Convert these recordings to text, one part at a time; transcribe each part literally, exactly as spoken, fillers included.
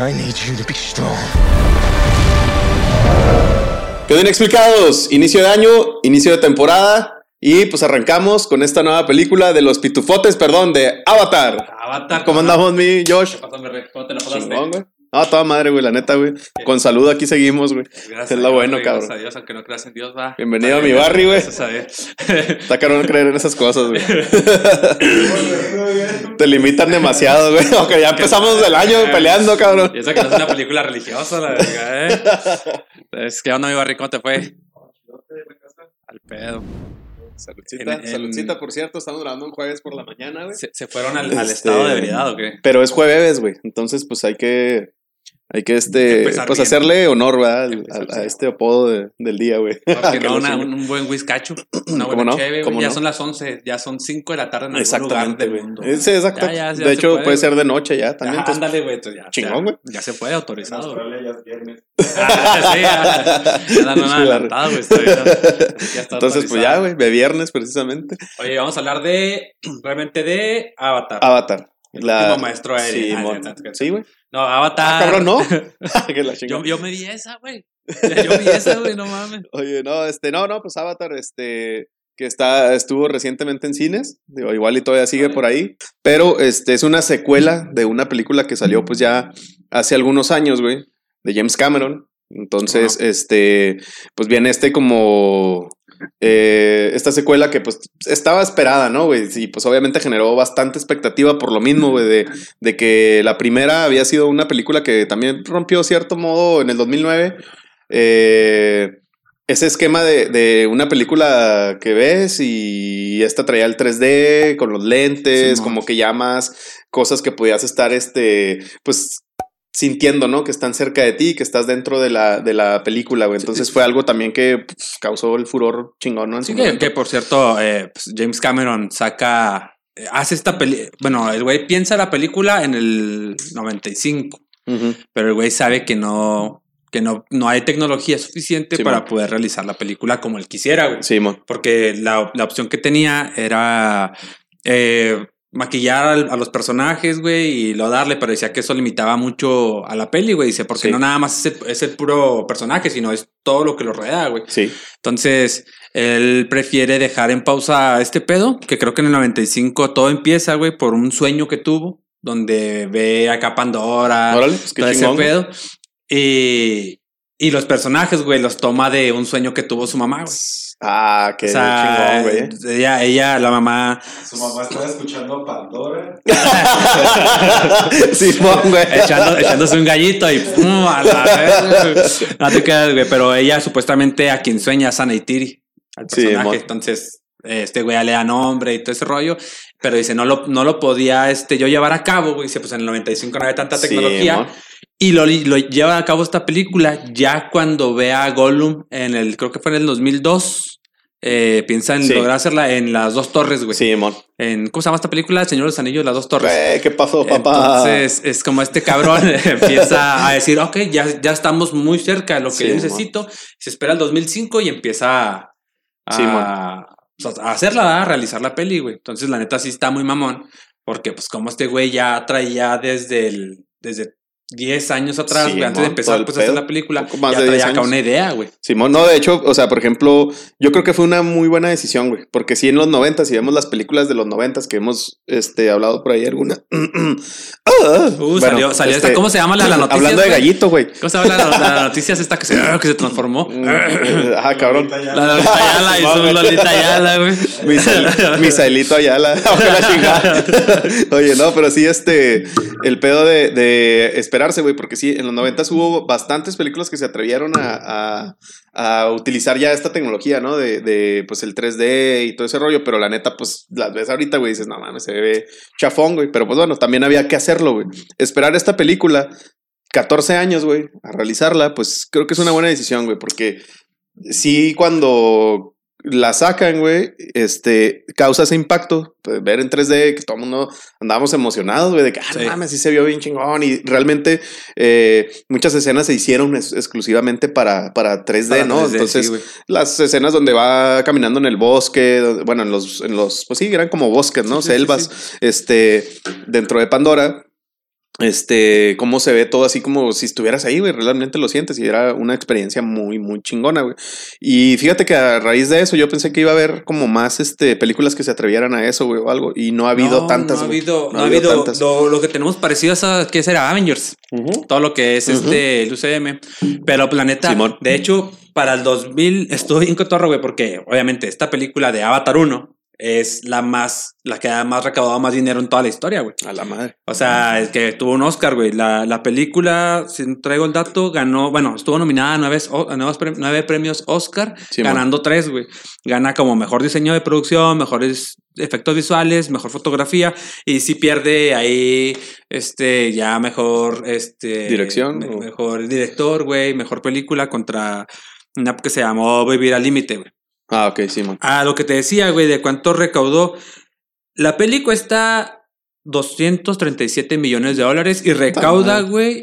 I need you to be strong. ¿Qué onda, inexplicados? Inicio de año, inicio de temporada. Y pues arrancamos con esta nueva película de los pitufotes, perdón, de Avatar. Avatar. ¿Cómo andamos, mi Josh? ¿Qué pasó, mi rey? ¿Cómo te la pasaste? Chingón, güey. No, toda madre, güey, la neta, güey. Con salud aquí seguimos, güey. Gracias Es lo bueno, Dios, cabrón. Gracias a Dios, aunque no creas en Dios, va. Bienvenido a mi barrio, güey. Gracias a Dios. Está caro no creer en esas cosas, güey. Te limitan demasiado, güey. Aunque ya empezamos el año peleando, cabrón. Y eso que no es una película religiosa, la verdad, ¿eh? Es que onda, mi barrio, ¿cómo te fue? Al pedo. Saludcita, En- en- saludcita, por cierto. Estamos grabando un jueves por la mañana, güey. ¿Se, se fueron al, al Este, estado de ebriedad o qué? Pero es jueves, güey. Entonces, pues hay que... Hay que, este, Empezar pues bien. hacerle honor, ¿verdad? Al- Empezar A, a bien. este apodo de- del día, güey. Porque Que no, lo una, sigue. un, un buen whiskacho, una ¿Cómo buena no? cheve, ¿Cómo ya no? son las once, ya son cinco de la tarde en algún lugar Exactamente, del güey. mundo. Sí, exacto. Ya, ya, ya de se hecho, puede, puede, ser güey. de noche ya también. Ajá, entonces- ándale, güey, entonces ya, Chingón, ya, güey. ya se puede, autorizado. güey. Australia ya es viernes. Ah, sí, ya, ya dan una adelantada, güey, está bien, ¿no? Ya está Entonces, pues ya, autorizado. güey, de viernes precisamente. Oye, vamos a hablar de, realmente de Avatar. Avatar. El último maestro aéreo. Sí, Ah, mon- ya, ya, ya. sí, güey. No, Avatar. Ah, cabrón, no. Que la Yo, chingada. yo me vi esa, güey. Yo vi esa, güey, no mames. Oye, no, este, no, no, pues Avatar, este, que está, estuvo recientemente en cines, digo, igual y todavía sigue Vale. por ahí, pero este es una secuela de una película que salió pues ya hace algunos años, güey, de James Cameron. Entonces, Ajá. este, pues viene este como eh, esta secuela que pues estaba esperada, ¿no, güey? Y pues obviamente generó bastante expectativa por lo mismo, güey, de, de que la primera había sido una película que también rompió cierto modo en el dos mil nueve. Eh, ese esquema de, de una película que ves y esta traía el tres D con los lentes, Sí, como que ya más cosas que podías estar, este, pues sintiendo, ¿no? Que están cerca de ti, que estás dentro de la, de la película, güey. Entonces sí. fue algo también que pues, causó el furor chingón, ¿no? En su Sí, que, momento. que por cierto, eh, pues James Cameron saca, eh, hace esta película, bueno, el güey piensa la película en el noventa y cinco, Ujú. pero el güey sabe que no, que no, no hay tecnología suficiente Sí, para man. poder realizar la película como él quisiera, güey. Sí, mon. Porque la, la opción que tenía era eh, maquillar al- a los personajes, güey, y lo darle, pero decía que eso limitaba mucho a la peli, güey. Dice, porque Sí. no nada más es el, es el puro personaje, sino es todo lo que lo rodea, güey. Sí. Entonces, él prefiere dejar en pausa este pedo, que creo que en el noventa y cinco todo empieza, güey, por un sueño que tuvo, donde ve acá Pandora, Órale, pues qué todo ese chingón, güey. pedo. Y, y los personajes, güey, los toma de un sueño que tuvo su mamá, güey. Ah, qué O sea, chingón, güey. ella, ella, la mamá, Su mamá estaba escuchando Pandora. Simón, güey. echando, echándose un gallito y ¡pum! A la vez. No te quedas, güey. Pero ella supuestamente a quien sueña es a Neytiri, al Sí, personaje. mon. Entonces, eh, este güey ya le da nombre y todo ese rollo. Pero dice, no lo, no lo podía este, yo llevar a cabo, güey. Dice, pues en el noventa y cinco no había tanta Sí, tecnología. mon. Y lo, lo lleva a cabo esta película ya cuando ve a Gollum en el, creo que fue en el dos mil dos. Eh, piensa en Sí. lograr hacerla en las dos torres, güey. Simón. En, ¿cómo se llama esta película? El Señor de los Anillos, las dos torres. Güey, ¿qué pasó, papá? Entonces es como este cabrón empieza a decir, ok, ya, ya estamos muy cerca de lo que Sí, yo necesito. Se espera el dos mil cinco y empieza a, Sí, a, a hacerla, a realizar la peli, güey. Entonces la neta sí está muy mamón, porque pues como este güey ya traía desde el, desde diez años atrás, Sí, güey, antes mon, de empezar todo el pues a hacer pedo. la película, Poco más ya de diez traía acá años. una idea, güey. Simón, no, de hecho, o sea, por ejemplo, yo creo que fue una muy buena decisión, güey, porque si en los noventas, si vemos las películas de los noventas que hemos este, hablado por ahí alguna. Ah, Uh, salió, salió este, esta, ¿cómo se llama la, la noticia? Hablando de gallito, güey. ¿Cómo se llama la, la noticia esta que se, que se transformó? Ajá, cabrón. La Lolita Ayala, hizo un Lolita Ayala, güey. Misael- Misaelito Ayala. Aunque la chingada. Oye, no, pero sí, este, el pedo de, de esperarse, güey, porque sí, en los noventas hubo bastantes películas que se atrevieron a, a, a utilizar ya esta tecnología, ¿no? De, de, pues, el tres D y todo ese rollo, pero la neta, pues, las ves ahorita, güey, dices, no mames, se ve chafón, güey, pero pues bueno, también había que hacerlo, güey. Esperar esta película, catorce años, güey, a realizarla, pues, creo que es una buena decisión, güey, porque sí, cuando la sacan, güey, este, causa ese impacto, pues, ver en tres D, que todo el mundo andábamos emocionados, güey, de que, ah, Sí. no mames, sí se vio bien chingón, y realmente eh, muchas escenas se hicieron es- exclusivamente para, para tres D, Para ¿no? tres D, Entonces, sí, güey. las escenas donde va caminando en el bosque, donde- bueno, en los, en los, pues sí, eran como bosques, ¿no? Sí, sí, Selvas, sí, este, dentro de Pandora. Este, cómo se ve todo así como si estuvieras ahí, güey, realmente lo sientes y era una experiencia muy, muy chingona, güey. Y fíjate que a raíz de eso yo pensé que iba a haber como más, este, películas que se atrevieran a eso, güey, o algo, y no ha habido no, tantas, no ha güey. habido, no, no ha habido, tantas. Lo, lo que tenemos parecido a que será Avengers, uh-huh. todo lo que es uh-huh. este, el U C M, pero planeta, Simón. De hecho, para el dos mil estuvo bien cotorro, güey, porque obviamente esta película de Avatar uno es la más, la que ha más recaudado más dinero en toda la historia, güey. A la madre. O sea, es que tuvo un Oscar, güey. La, la película, si traigo el dato, ganó, bueno, estuvo nominada a nueve, a nueve, nueve premios Oscar, sí, ganando man. tres, güey. Gana como mejor diseño de producción, mejores efectos visuales, mejor fotografía, y sí pierde ahí, este, ya mejor, este... Dirección. Me, mejor director, güey, mejor película contra una que se llamó Vivir al Límite, güey. Ah, ok, sí, man. Ah, lo que te decía, güey, de cuánto recaudó. La peli cuesta doscientos treinta y siete millones de dólares y recauda, güey,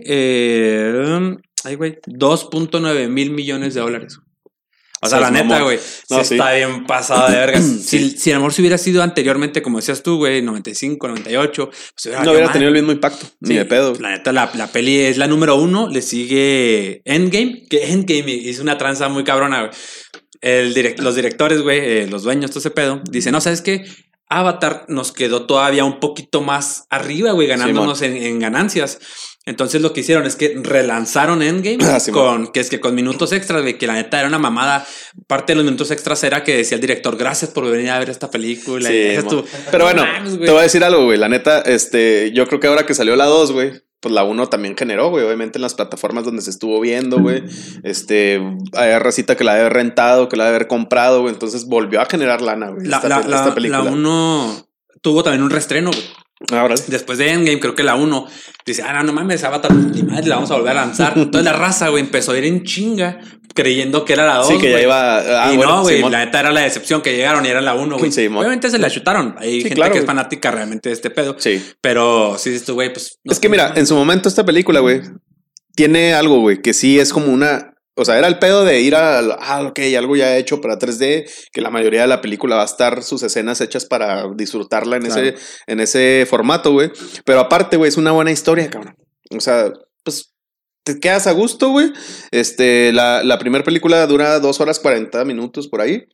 eh, ay, güey, dos punto nueve mil millones de dólares. O sea, o sea la neta, güey, no, sí. está bien pasado de verga. sí. Si, si a lo mejor se hubiera sido anteriormente, como decías tú, güey, noventa y cinco, noventa y ocho, pues hubiera no hubiera mal. tenido el mismo impacto, sí, ni de pedo. La neta, la, la peli es la número uno, le sigue Endgame, que Endgame hizo una tranza muy cabrona, güey. El direct, los directores, güey, eh, los dueños, todo ese pedo, dicen, no, ¿sabes qué? Avatar nos quedó todavía un poquito más arriba, güey, ganándonos sí, en, en ganancias. Entonces lo que hicieron es que relanzaron Endgame ah, sí, con, que es que con minutos extras, güey, que la neta era una mamada. Parte de los minutos extras era que decía el director, gracias por venir a ver esta película. Sí, y tú, pero bueno, mames, te voy a decir algo, güey, la neta, este, yo creo que ahora que salió la dos, güey, pues la uno también generó, güey, obviamente en las plataformas donde se estuvo viendo, güey, este, hay racita que la debe haber rentado, que la debe haber comprado, güey, entonces volvió a generar lana, güey, la, esta, la, esta la, película. La uno tuvo también un reestreno, güey. Ahora. Después de Endgame, creo que la uno dice, ah, no, no mames, Avatar, ni madre, la vamos a volver a lanzar. Entonces la raza, güey, empezó a ir en chinga, creyendo que era la dos. Sí, que ya iba. Ah, y bueno, no, güey, Simón. la neta era la decepción que llegaron y era la uno, güey. Sí, obviamente se la chutaron. Hay sí, gente claro, que es fanática realmente de este pedo. Sí. Pero sí, esto, güey, pues. No, es que mira, en su momento esta película, güey, tiene algo, güey, que sí es como una. O sea, era el pedo de ir a, ah, ok, algo ya hecho para tres D, que la mayoría de la película va a estar sus escenas hechas para disfrutarla en, claro. ese, en ese formato, güey. Pero aparte, güey, es una buena historia, cabrón. O sea, pues te quedas a gusto, güey. Este, la, la primera película dura dos horas cuarenta minutos por ahí.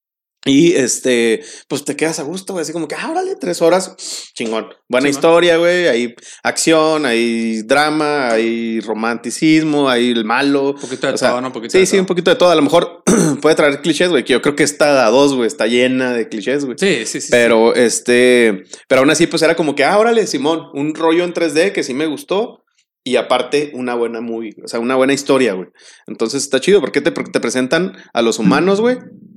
Y este, pues te quedas a gusto, güey, así como que, ah, órale, tres horas, chingón. Buena sí, historia, güey, hay acción, hay drama, hay romanticismo, hay el malo. Un poquito de o sea, todo, ¿no? Un poquito sí, de sí, todo. un poquito de todo. A lo mejor puede traer clichés, güey, que yo creo que esta dos, güey, está llena de clichés, güey. Sí, sí, sí. Pero sí. este, pero aún así, pues era como que, ah, órale, Simón, un rollo en tres D que sí me gustó. Y aparte, una buena movie, o sea, una buena historia, güey. Entonces está chido, porque te, porque te presentan a los humanos, güey,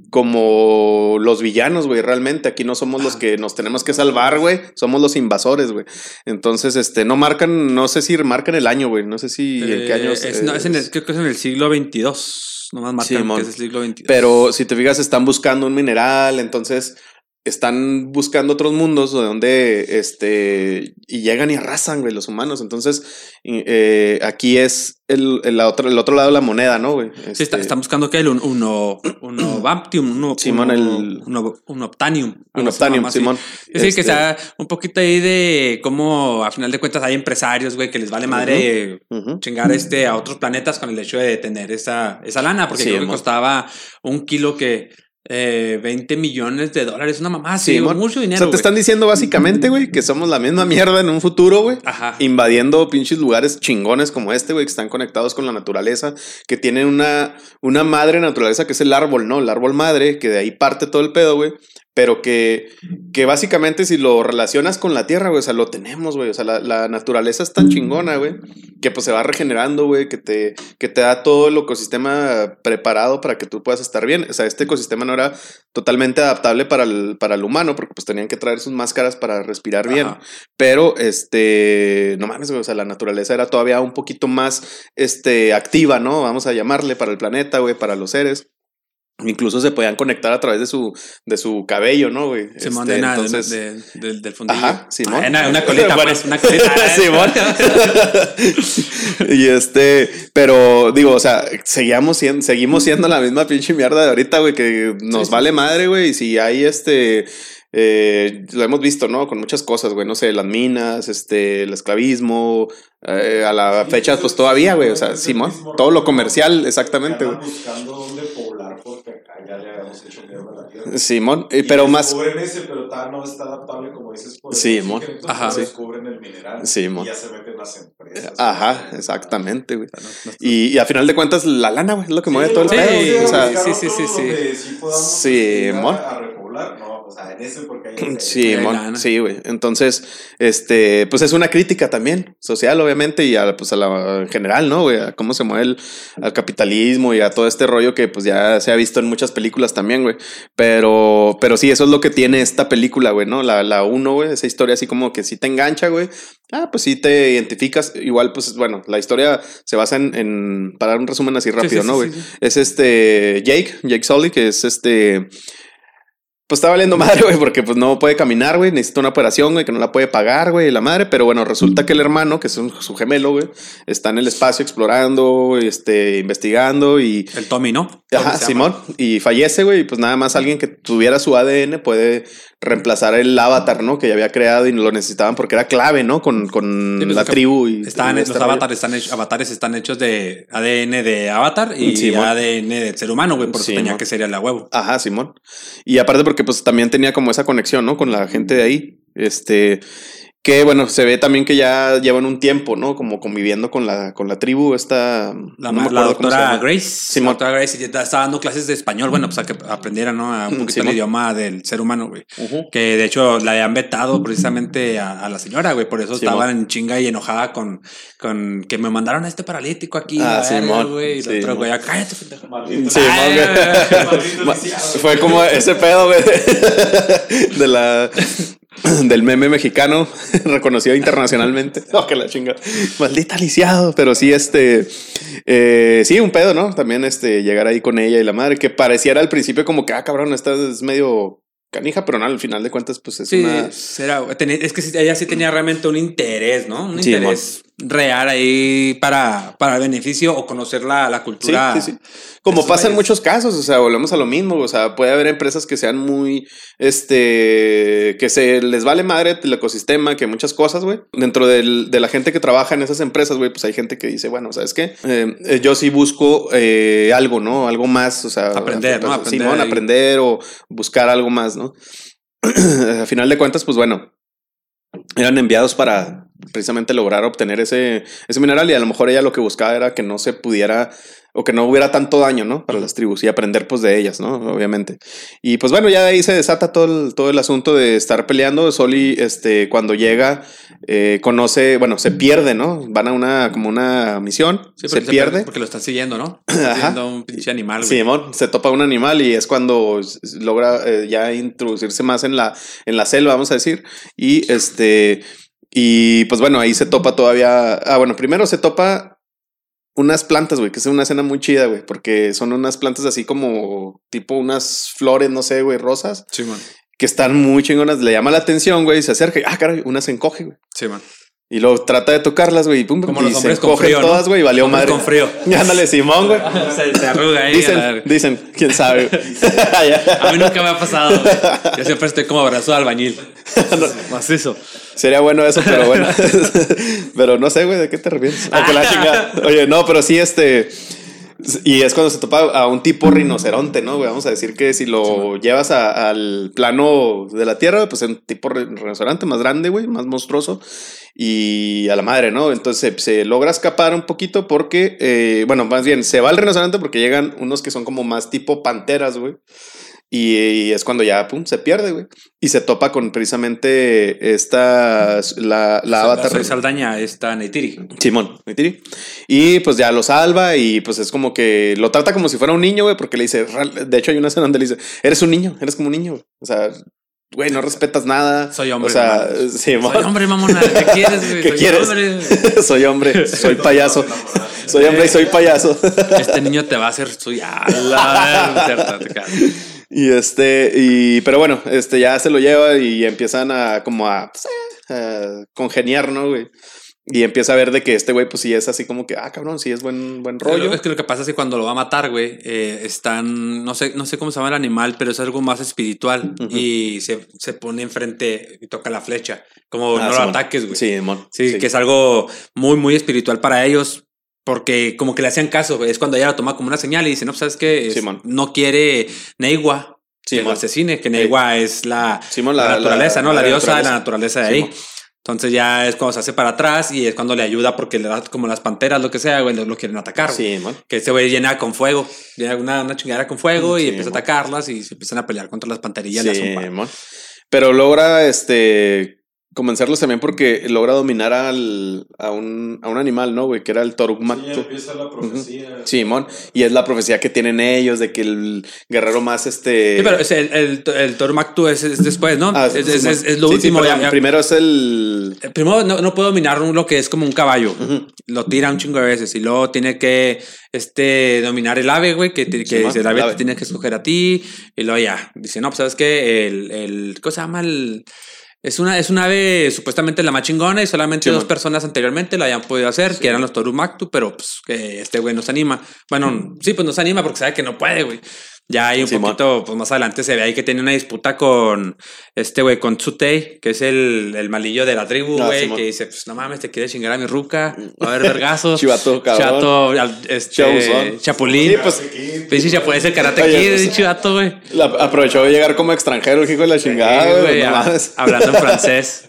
como los villanos, güey, realmente. Aquí no somos los que nos tenemos que salvar, güey. Somos los invasores, güey. Entonces, este, no marcan, no sé si marcan el año, güey. No sé si eh, en qué año es. es, no, es en el, creo que es en el siglo veintidós. Nomás marcan sí, que es el siglo veintidós. Pero si te fijas, están buscando un mineral, entonces están buscando otros mundos donde este y llegan y arrasan, güey, los humanos. Entonces, eh, aquí es el, el, otro, el otro lado de la moneda, ¿no, güey? Este... Sí, está, están buscando que el un, uno, uno Baptium, uno, Simón, uno, el... uno, un Optanium. Un Optanium, Simón. Es decir, este... que sea un poquito ahí de cómo, a final de cuentas, hay empresarios, güey, que les vale madre uh-huh. Uh-huh. chingar este a otros planetas con el hecho de tener esa, esa lana, porque sí, creo que costaba un kilo que... Eh, veinte millones de dólares, una mamá, sí, digo, mucho dinero. O sea, te wey. Están diciendo básicamente, güey, que somos la misma mierda en un futuro, güey. Invadiendo pinches lugares chingones como este, güey, que están conectados con la naturaleza, que tienen una, una madre naturaleza que es el árbol, ¿no? El árbol madre, que de ahí parte todo el pedo, güey. Pero que, que básicamente si lo relacionas con la tierra, güey, o sea, lo tenemos, güey. O sea, la, la naturaleza es tan chingona, güey, que pues se va regenerando, güey, que te, que te da todo el ecosistema preparado para que tú puedas estar bien. O sea, este ecosistema no era totalmente adaptable para el, para el humano, porque pues tenían que traer sus máscaras para respirar bien. Ajá. Pero, este, no mames, güey, o sea, la naturaleza era todavía un poquito más, este, activa, ¿no? Vamos a llamarle para el planeta, güey, para los seres. Incluso se podían conectar a través de su, de su cabello, ¿no, güey? Simón, este, de nada, entonces... de, de, de, del fundillo. Ajá, Simón. Ah, una, una colita, bueno, pues, una colita. Simón. Y este, pero digo, o sea, seguimos siendo, seguimos siendo la misma pinche mierda de ahorita, güey, que nos sí, vale sí. madre, güey. Y si hay este, eh, lo hemos visto, ¿no? Con muchas cosas, güey, no sé, las minas, este, el esclavismo, eh, a la sí, fecha, pues todavía, güey, o sea, Simón, todo lo comercial, exactamente, güey. Buscando dónde poblar porque acá ya le habíamos hecho mierda a la tierra. Simón, eh, pero más... Descubren ese, pero tal no está adaptable, como dices, por el Simón, oxígeno, ajá. Sí. Descubren el mineral Simón. Y ya se meten las empresas. Ajá, ¿no? Exactamente, güey. Y, y a final de cuentas, la lana, güey, es lo que mueve sí, todo el sí, pedo. O sea, sí, sí, sí, sí. Sí, podamos sí, a, a repoblar, no, o sea, en ese porque hay ese, sí, hay mon, sí, güey. Entonces, este, pues es una crítica también, social, obviamente, y a, pues a la en general, ¿no, güey? A cómo se mueve el al capitalismo y a todo este rollo que pues ya se ha visto en muchas películas también, güey. Pero, pero sí, eso es lo que tiene esta película, güey, ¿no? La, la uno, güey, esa historia así como que sí te engancha, güey. Ah, pues sí te identificas. Igual, pues, bueno, la historia se basa en, en para dar un resumen así rápido, sí, sí, ¿no, güey? Sí, sí, sí. Es este Jake, Jake Sully, que es este... Pues está valiendo madre, güey, porque pues no puede caminar, güey. Necesita una operación, güey, que no la puede pagar, güey, la madre. Pero bueno, resulta que el hermano, que es un, su gemelo, güey, está en el espacio explorando, este, investigando y... El Tommy, ¿no? Ajá, Simón. Y fallece, güey. Y pues nada más alguien que tuviera su A D N puede reemplazar el avatar, ¿no? Que ya había creado y lo necesitaban porque era clave, ¿no? Con, con sí, pues la tribu y... Están, y los avatares están, hechos, avatares están hechos de A D N de avatar y Simón. A D N de ser humano, güey. Por eso Simón. Tenía que ser el a huevo. Ajá, Simón. Y aparte porque pues también tenía como esa conexión, ¿no? Con la gente de ahí. Este... Que bueno, se ve también que ya llevan un tiempo, ¿no? Como conviviendo con la, con la tribu, esta... La, no la doctora Grace. Sí, la doctora Grace está dando clases de español, bueno, pues a que aprendieran, ¿no? A un poquito Simón. El idioma del ser humano, güey. Uh-huh. Que de hecho la habían vetado precisamente a, a la señora, güey. Por eso Simón. Estaban en chinga y enojada con, con que me mandaron a este paralítico aquí. Ah, sí, güey. Y el otro, güey, cállate, pendejo. Sí, fue como ese pedo, güey. De la... del meme mexicano reconocido internacionalmente. Oh, que la chinga. Maldita lisiado. Pero sí, este eh, sí, un pedo, ¿no? También este llegar ahí con ella y la madre, que pareciera al principio como que, ah, cabrón, esta es medio canija, pero no, al final de cuentas, pues es sí, una. Será, es que ella sí tenía realmente un interés, ¿no? Un sí, interés man. Real ahí para, para el beneficio o conocer la, la cultura. Sí, sí, sí. Como pasa en muchos casos, o sea, volvemos a lo mismo, o sea, puede haber empresas que sean muy, este, que se les vale madre el ecosistema, que muchas cosas, güey. Dentro del, de la gente que trabaja en esas empresas, güey, pues hay gente que dice, bueno, ¿sabes qué? Eh, yo sí busco eh, algo, ¿no? Algo más, o sea. Aprender, ¿no? Aprender, Simón, aprender o buscar algo más, ¿no? A final de cuentas, pues bueno, eran enviados para precisamente lograr obtener ese, ese mineral y a lo mejor ella lo que buscaba era que no se pudiera o que no hubiera tanto daño, ¿no? Para las tribus y aprender pues de ellas, ¿no? Obviamente. Y pues bueno, ya de ahí se desata todo el, todo el asunto de estar peleando. Sully, este, cuando llega, eh, conoce, bueno, se pierde, ¿no? Van a una, como una misión, sí, se, se pierde. Porque lo están siguiendo, ¿no? Está siguiendo un pinche animal, güey. Sí, amor, se topa un animal y es cuando logra eh, ya introducirse más en la, en la selva, vamos a decir. Y este, y pues bueno, ahí se topa todavía, ah, bueno, primero se topa unas plantas, güey, que es una escena muy chida, güey, porque son unas plantas así como tipo unas flores, no sé, güey, rosas. Sí, man. Que están muy chingonas, le llama la atención, güey, y se acerca y, ah, caray, una se encoge, güey. Sí, man. Y luego trata de tocarlas, güey, y pum, como y los se encogen frío, todas, güey, ¿no? Y valió madre. Con frío. Ándale, Simón, güey. se, se arruga ahí. Dicen, dicen, quién sabe. A mí nunca me ha pasado, güey. Yo siempre estoy como abrazado al albañil. No, más eso. Sería bueno eso, pero bueno. Pero no sé, güey, ¿de qué te refieres? Aunque la chingada. Oye, no, pero sí, este... Y es cuando se topa a un tipo rinoceronte, ¿no? Vamos a decir que si lo sí, llevas a, al plano de la tierra, pues es un tipo rinoceronte más grande, güey, más monstruoso. Y a la madre, ¿no? Entonces se, se logra escapar un poquito porque, eh, bueno, más bien, se va el rinoceronte porque llegan unos que son como más tipo panteras, güey. Y, y es cuando ya, pum, se pierde, güey. Y se topa con precisamente esta, la, la avatar. Soy Saldaña, esta Neytiri. Simón, Neytiri. Y pues ya lo salva y pues es como que lo trata como si fuera un niño, güey, porque le dice, de hecho hay una escena donde le dice, eres un niño, eres como un niño, güey. O sea, güey, no respetas nada. Soy hombre. O sea, Simón. Soy hombre, mamona. ¿Qué quieres, güey? ¿Qué soy quieres? Hombre. Soy hombre, soy payaso. Soy hombre y soy payaso. Este niño te va a hacer suya. Y este, y, pero bueno, este ya se lo lleva y empiezan a como a, pues, a congeniar, ¿no, güey? Y empieza a ver de que este güey, pues sí es así como que, ah, cabrón, sí es buen, buen rollo. Es que lo que pasa es que cuando lo va a matar, güey, eh, están, no sé, no sé cómo se llama el animal, pero es algo más espiritual. Uh-huh. Y se, se pone enfrente y toca la flecha. Como ah, no lo ataques, güey. Sí, mon. Sí, sí, que es algo muy, muy espiritual para ellos. Porque como que le hacían caso, güey. Es cuando ella lo toma como una señal y dice, no, pues sabes que sí, no quiere Neywa sí, que lo asesine, que Neywa sí. es la, sí, la, la naturaleza, la, ¿no? La, la diosa naturaleza. de la naturaleza de sí, ahí. Mon. Entonces ya es cuando se hace para atrás y es cuando le ayuda porque le da como las panteras, lo que sea, güey, lo, lo quieren atacar. Sí, man. Que ese güey llena con fuego, llena una, una chingadera con fuego sí, y empieza man. a atacarlas y se empiezan a pelear contra las panterillas. Sí, man. Pero logra este convencerlos también porque logra dominar al, a, un, a un animal, ¿no, güey? Que era el Torugmactu. Sí, ya empieza la profecía. Uh-huh. Simón. Y es la profecía que tienen ellos de que el guerrero más este... Sí, pero es el, el, el Torugmactu es, es después, ¿no? Ah, es, sí, es, es, es lo sí, último. Sí, ya, ya. Primero es el... Primero no, no puede dominar lo que es como un caballo. Uh-huh. Lo tira un chingo de veces y luego tiene que este, dominar el ave, güey, que, que sí, dice, el ave, ave te tiene que escoger a ti. Y luego ya, dice, no, pues ¿sabes qué? El, el, ¿cómo se llama? El... Es una, es una ave supuestamente la más chingona y solamente sí, dos man. personas anteriormente la habían podido hacer, sí. que eran los Torugmactu, pero pues que este güey nos anima. Bueno, sí, pues nos anima porque sabe que no puede, güey. Ya hay un sí, poquito, man. pues más adelante se ve ahí que tiene una disputa con este güey, con Tsutei, que es el, el malillo de la tribu, güey, no, sí, que dice, pues no mames, te quiere chingar a mi ruca, va a haber vergazos. Chivato, cabrón. Chato, este, Chapulín. Sí, pues, pinche Chapulín es el Karate Kid, pues, chivato, güey. Aprovechó de llegar como extranjero, el hijo de la chingada, güey. No hablando en francés.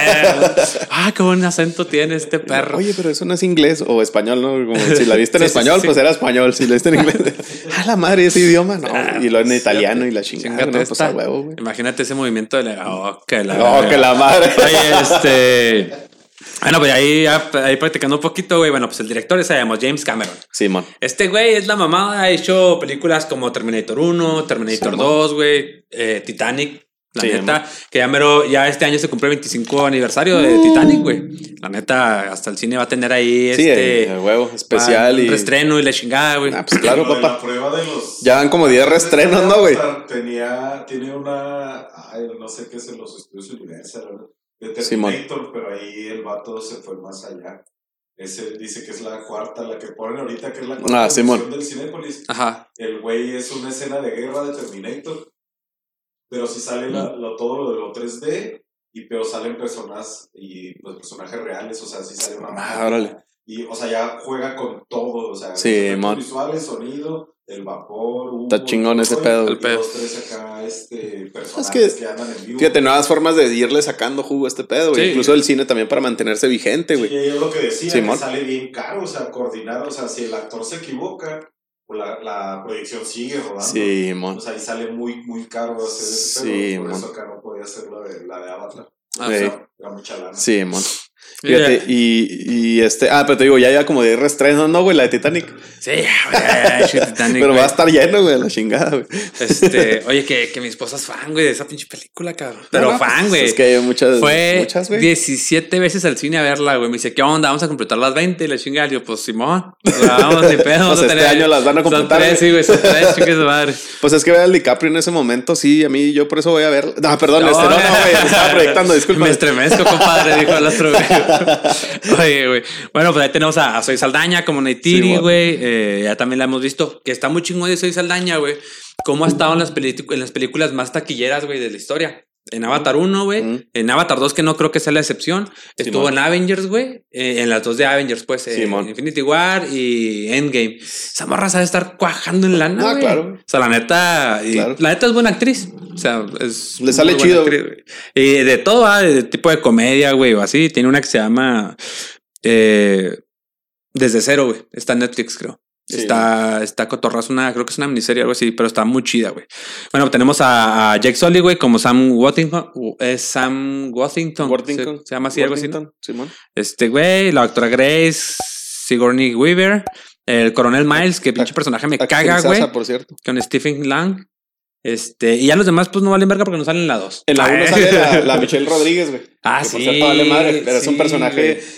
Ah, qué buen acento tiene este perro. Oye, pero eso no es inglés o español, ¿no? Como si la viste en sí, español, sí, pues sí. era español. Si la viste en inglés, ah, la madre, ese idioma, no. Ah, y lo en italiano sí, y la chingada, ¿no? Pues a huevo, güey. Imagínate ese movimiento de la... Oh, que la... Oh, que la madre. Oye, este... Bueno, pues ahí, ahí practicando un poquito, güey. Bueno, pues el director es, sabemos, James Cameron. Sí, man. Este güey es la mamada. Ha hecho películas como Terminator uno, Terminator sí, dos, güey. Eh, Titanic. La sí, neta, man. que ya mero, ya este año se cumple el veinticinco aniversario de uh. Titanic, güey. La neta, hasta el cine va a tener ahí sí, este... el huevo especial un y... reestreno y la chingada, güey. Ah, pues claro, papá. La prueba de los... Ya van como diez reestrenos, ¿no, güey? Tenía, tiene una... Ay, no sé qué es en los estudios Universal, ¿no? De Terminator, sí, pero ahí el vato se fue más allá. Ese dice que es la cuarta, la que ponen ahorita, que es la cuarta ah, sí, del Cinépolis. Ajá. El güey es una escena de guerra de Terminator. Pero si sale la, lo, todo lo de lo tres D, y pero salen personas y pues personajes reales, o sea, si sale una ah, órale. Y, o sea, ya juega con todo, o sea, sí, visuales, sonido, el vapor, humo, está chingón ese pedo. El pedo. Los tres acá, este, personajes es que, que andan en vivo. Fíjate, nuevas formas de irle sacando jugo a este pedo, güey. Sí. Incluso el cine también para mantenerse vigente, güey. Sí, yo lo que decía, sí, que man. sale bien caro, o sea, coordinar, o sea, si el actor se equivoca, pues la, la proyección sigue rodando. Sí, mon. O sea, ahí sale muy, muy caro hacer ese sí, pedo. Por mon. eso acá no podía hacer la de, la de Avatar. Ah, o sea, era mucha lana. Sí, mon. Fíjate, y, y este, ah, pero te digo, ya ya como de reestreno, ¿no, güey? La de Titanic. Sí, güey, Titanic. Pero güey. Va a estar lleno, güey, la chingada, güey. Este, oye, que, que mi esposa es fan, güey, de esa pinche película, cabrón. Pero no, fan, güey. Pues es que hay muchas, Fue muchas, güey. diecisiete veces al cine a verla, güey. Me dice, ¿qué onda? Vamos a completar las veinte. Y la chingada, yo, pues, Simón. Vamos, ni pedo. Pues este año las van a completar. Son tres, sí, güey, son tres, chingues de madre. Pues es que ver al DiCaprio en ese momento, sí, a mí, yo por eso voy a ver. No, perdón, no, este, no, no, güey, estaba proyectando, disculpa. Me estremezco, compadre, dijo el otro, güey. Oye, güey. Bueno, pues ahí tenemos a, a Zoe Saldaña como Neytiri, güey. Sí, eh, ya también la hemos visto. Que está muy chingón de Zoe Saldaña, güey. Cómo ha estado en las, en las películas más taquilleras, güey, de la historia. En Avatar uno, güey. Mm. En Avatar dos, que no creo que sea la excepción. Estuvo Simón. En Avengers, güey. Eh, en las dos de Avengers, pues. Eh, Infinity War y Endgame. Esa morra sabe estar cuajando en lana, güey. Ah, claro. O sea, la neta... Y claro. La neta es buena actriz. O sea, es... Le sale chido. Actriz, y de todo, ¿eh? De tipo de comedia, güey, o así. Tiene una que se llama... Eh, Desde Cero, güey. Está en Netflix, creo. Sí, está, está cotorrazo, una, creo que es una miniserie o algo así, pero está muy chida, güey. Bueno, tenemos a, a Jake Sully, güey, como Sam Worthington. Es Sam Worthington. Worthington. Se, se llama así, algo así, ¿no? Simón. Este, güey, la doctora Grace, Sigourney Weaver, el coronel Miles, que pinche personaje me caga, güey. Por cierto. Con Stephen Lang. Este, y ya los demás, pues no valen verga porque no salen en la dos. En la uno sale la, la Michelle Rodríguez, güey. Ah, que sí. Por cierto, vale madre, pero es un personaje.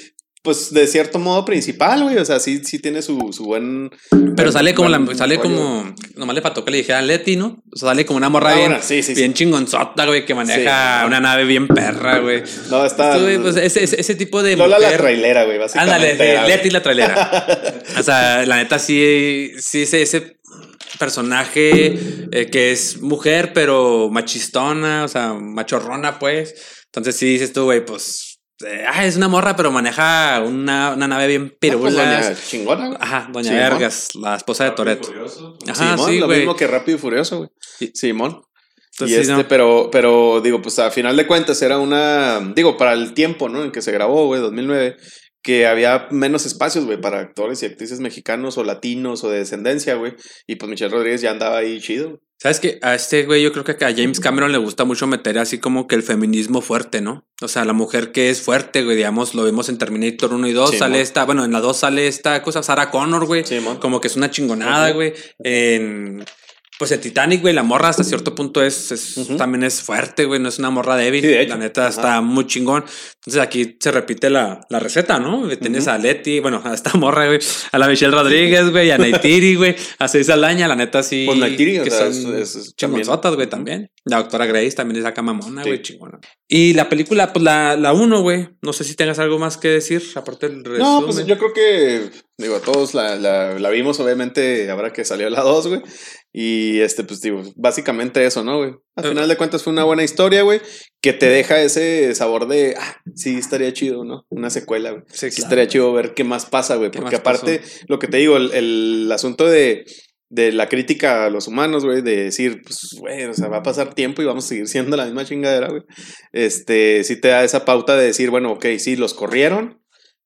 pues de cierto modo principal, güey. O sea, sí, sí tiene su, su buen. Pero buen, sale como buen la, sale rollo. como. Nomás le faltó que le dijera Leti, ¿no? O sea, sale como una morra Ah, bien, bueno, sí, sí, bien sí. chingonzota, güey, que maneja Sí. una nave bien perra, güey. No, está. Esto, güey, pues, ese, ese, ese tipo de. Lola mujer, la trailera, güey, básicamente. ándale, sí, era, güey. Leti la trailera. O sea, la neta, sí, sí, ese, ese personaje eh, que es mujer, pero machistona, o sea, machorrona, pues. Entonces, sí dices tú, güey, pues. Eh, ah, es una morra, pero maneja una, una nave bien Ah, pues, pirula. doña chingona, güey. Ajá, Doña Sí, Vergas, la esposa de Rápido y Toretto. Furioso. Ajá, Simón, sí, lo güey. mismo que Rápido y Furioso, güey. Sí. Simón. Entonces, y sí, este, no. pero, pero digo, pues a final de cuentas era una, digo, para el tiempo, ¿no? En que se grabó, güey, dos mil nueve, que había menos espacios, güey, para actores y actrices mexicanos o latinos o de descendencia, güey. Y pues Michelle Rodríguez ya andaba ahí chido. ¿Sabes qué? A este güey yo creo que a James Cameron le gusta mucho meter así como que el feminismo fuerte, ¿no? O sea, la mujer que es fuerte, güey, digamos, lo vemos en Terminator uno y dos, Sí, sale mon. esta, bueno, en la dos sale esta cosa, Sarah Connor, güey, Sí, mon. como que es una chingonada, Ujú. güey. En... Pues el Titanic, güey, la morra hasta cierto punto es, es Ujú. también es fuerte, güey, no es una morra débil. Sí, de hecho. La neta Ajá. está muy chingón. Entonces aquí se repite la, la receta, ¿no? Tienes Ujú. a Leti, bueno, a esta morra, güey, a la Michelle Rodríguez, güey, a Neytiri, güey, a César Salaña, la neta sí. Pues Neytiri, o que sea, son es- es chingonzotas, güey, también. también. La doctora Grace también es acá mamona, Sí. güey, chingona. Y la película, pues la, la uno, güey, no sé si tengas algo más que decir, aparte del resumen. No, pues yo creo que, digo, todos la, la, la vimos, obviamente, ahora que salió la dos, güey. Y este, pues digo, básicamente eso, ¿no, güey? Al Eh. final de cuentas fue una buena historia, güey, que te deja ese sabor de, ah, sí, estaría chido, ¿no? Una secuela, güey. Sí, Sí, claro, estaría güey. chido ver qué más pasa, güey. ¿Qué Porque más aparte, lo que te digo, el, el asunto de, de la crítica a los humanos, güey, de decir, pues, güey, o sea, va a pasar tiempo y vamos a seguir siendo la misma chingadera, güey. Este, sí te da esa pauta de decir, bueno, ok, sí, los corrieron,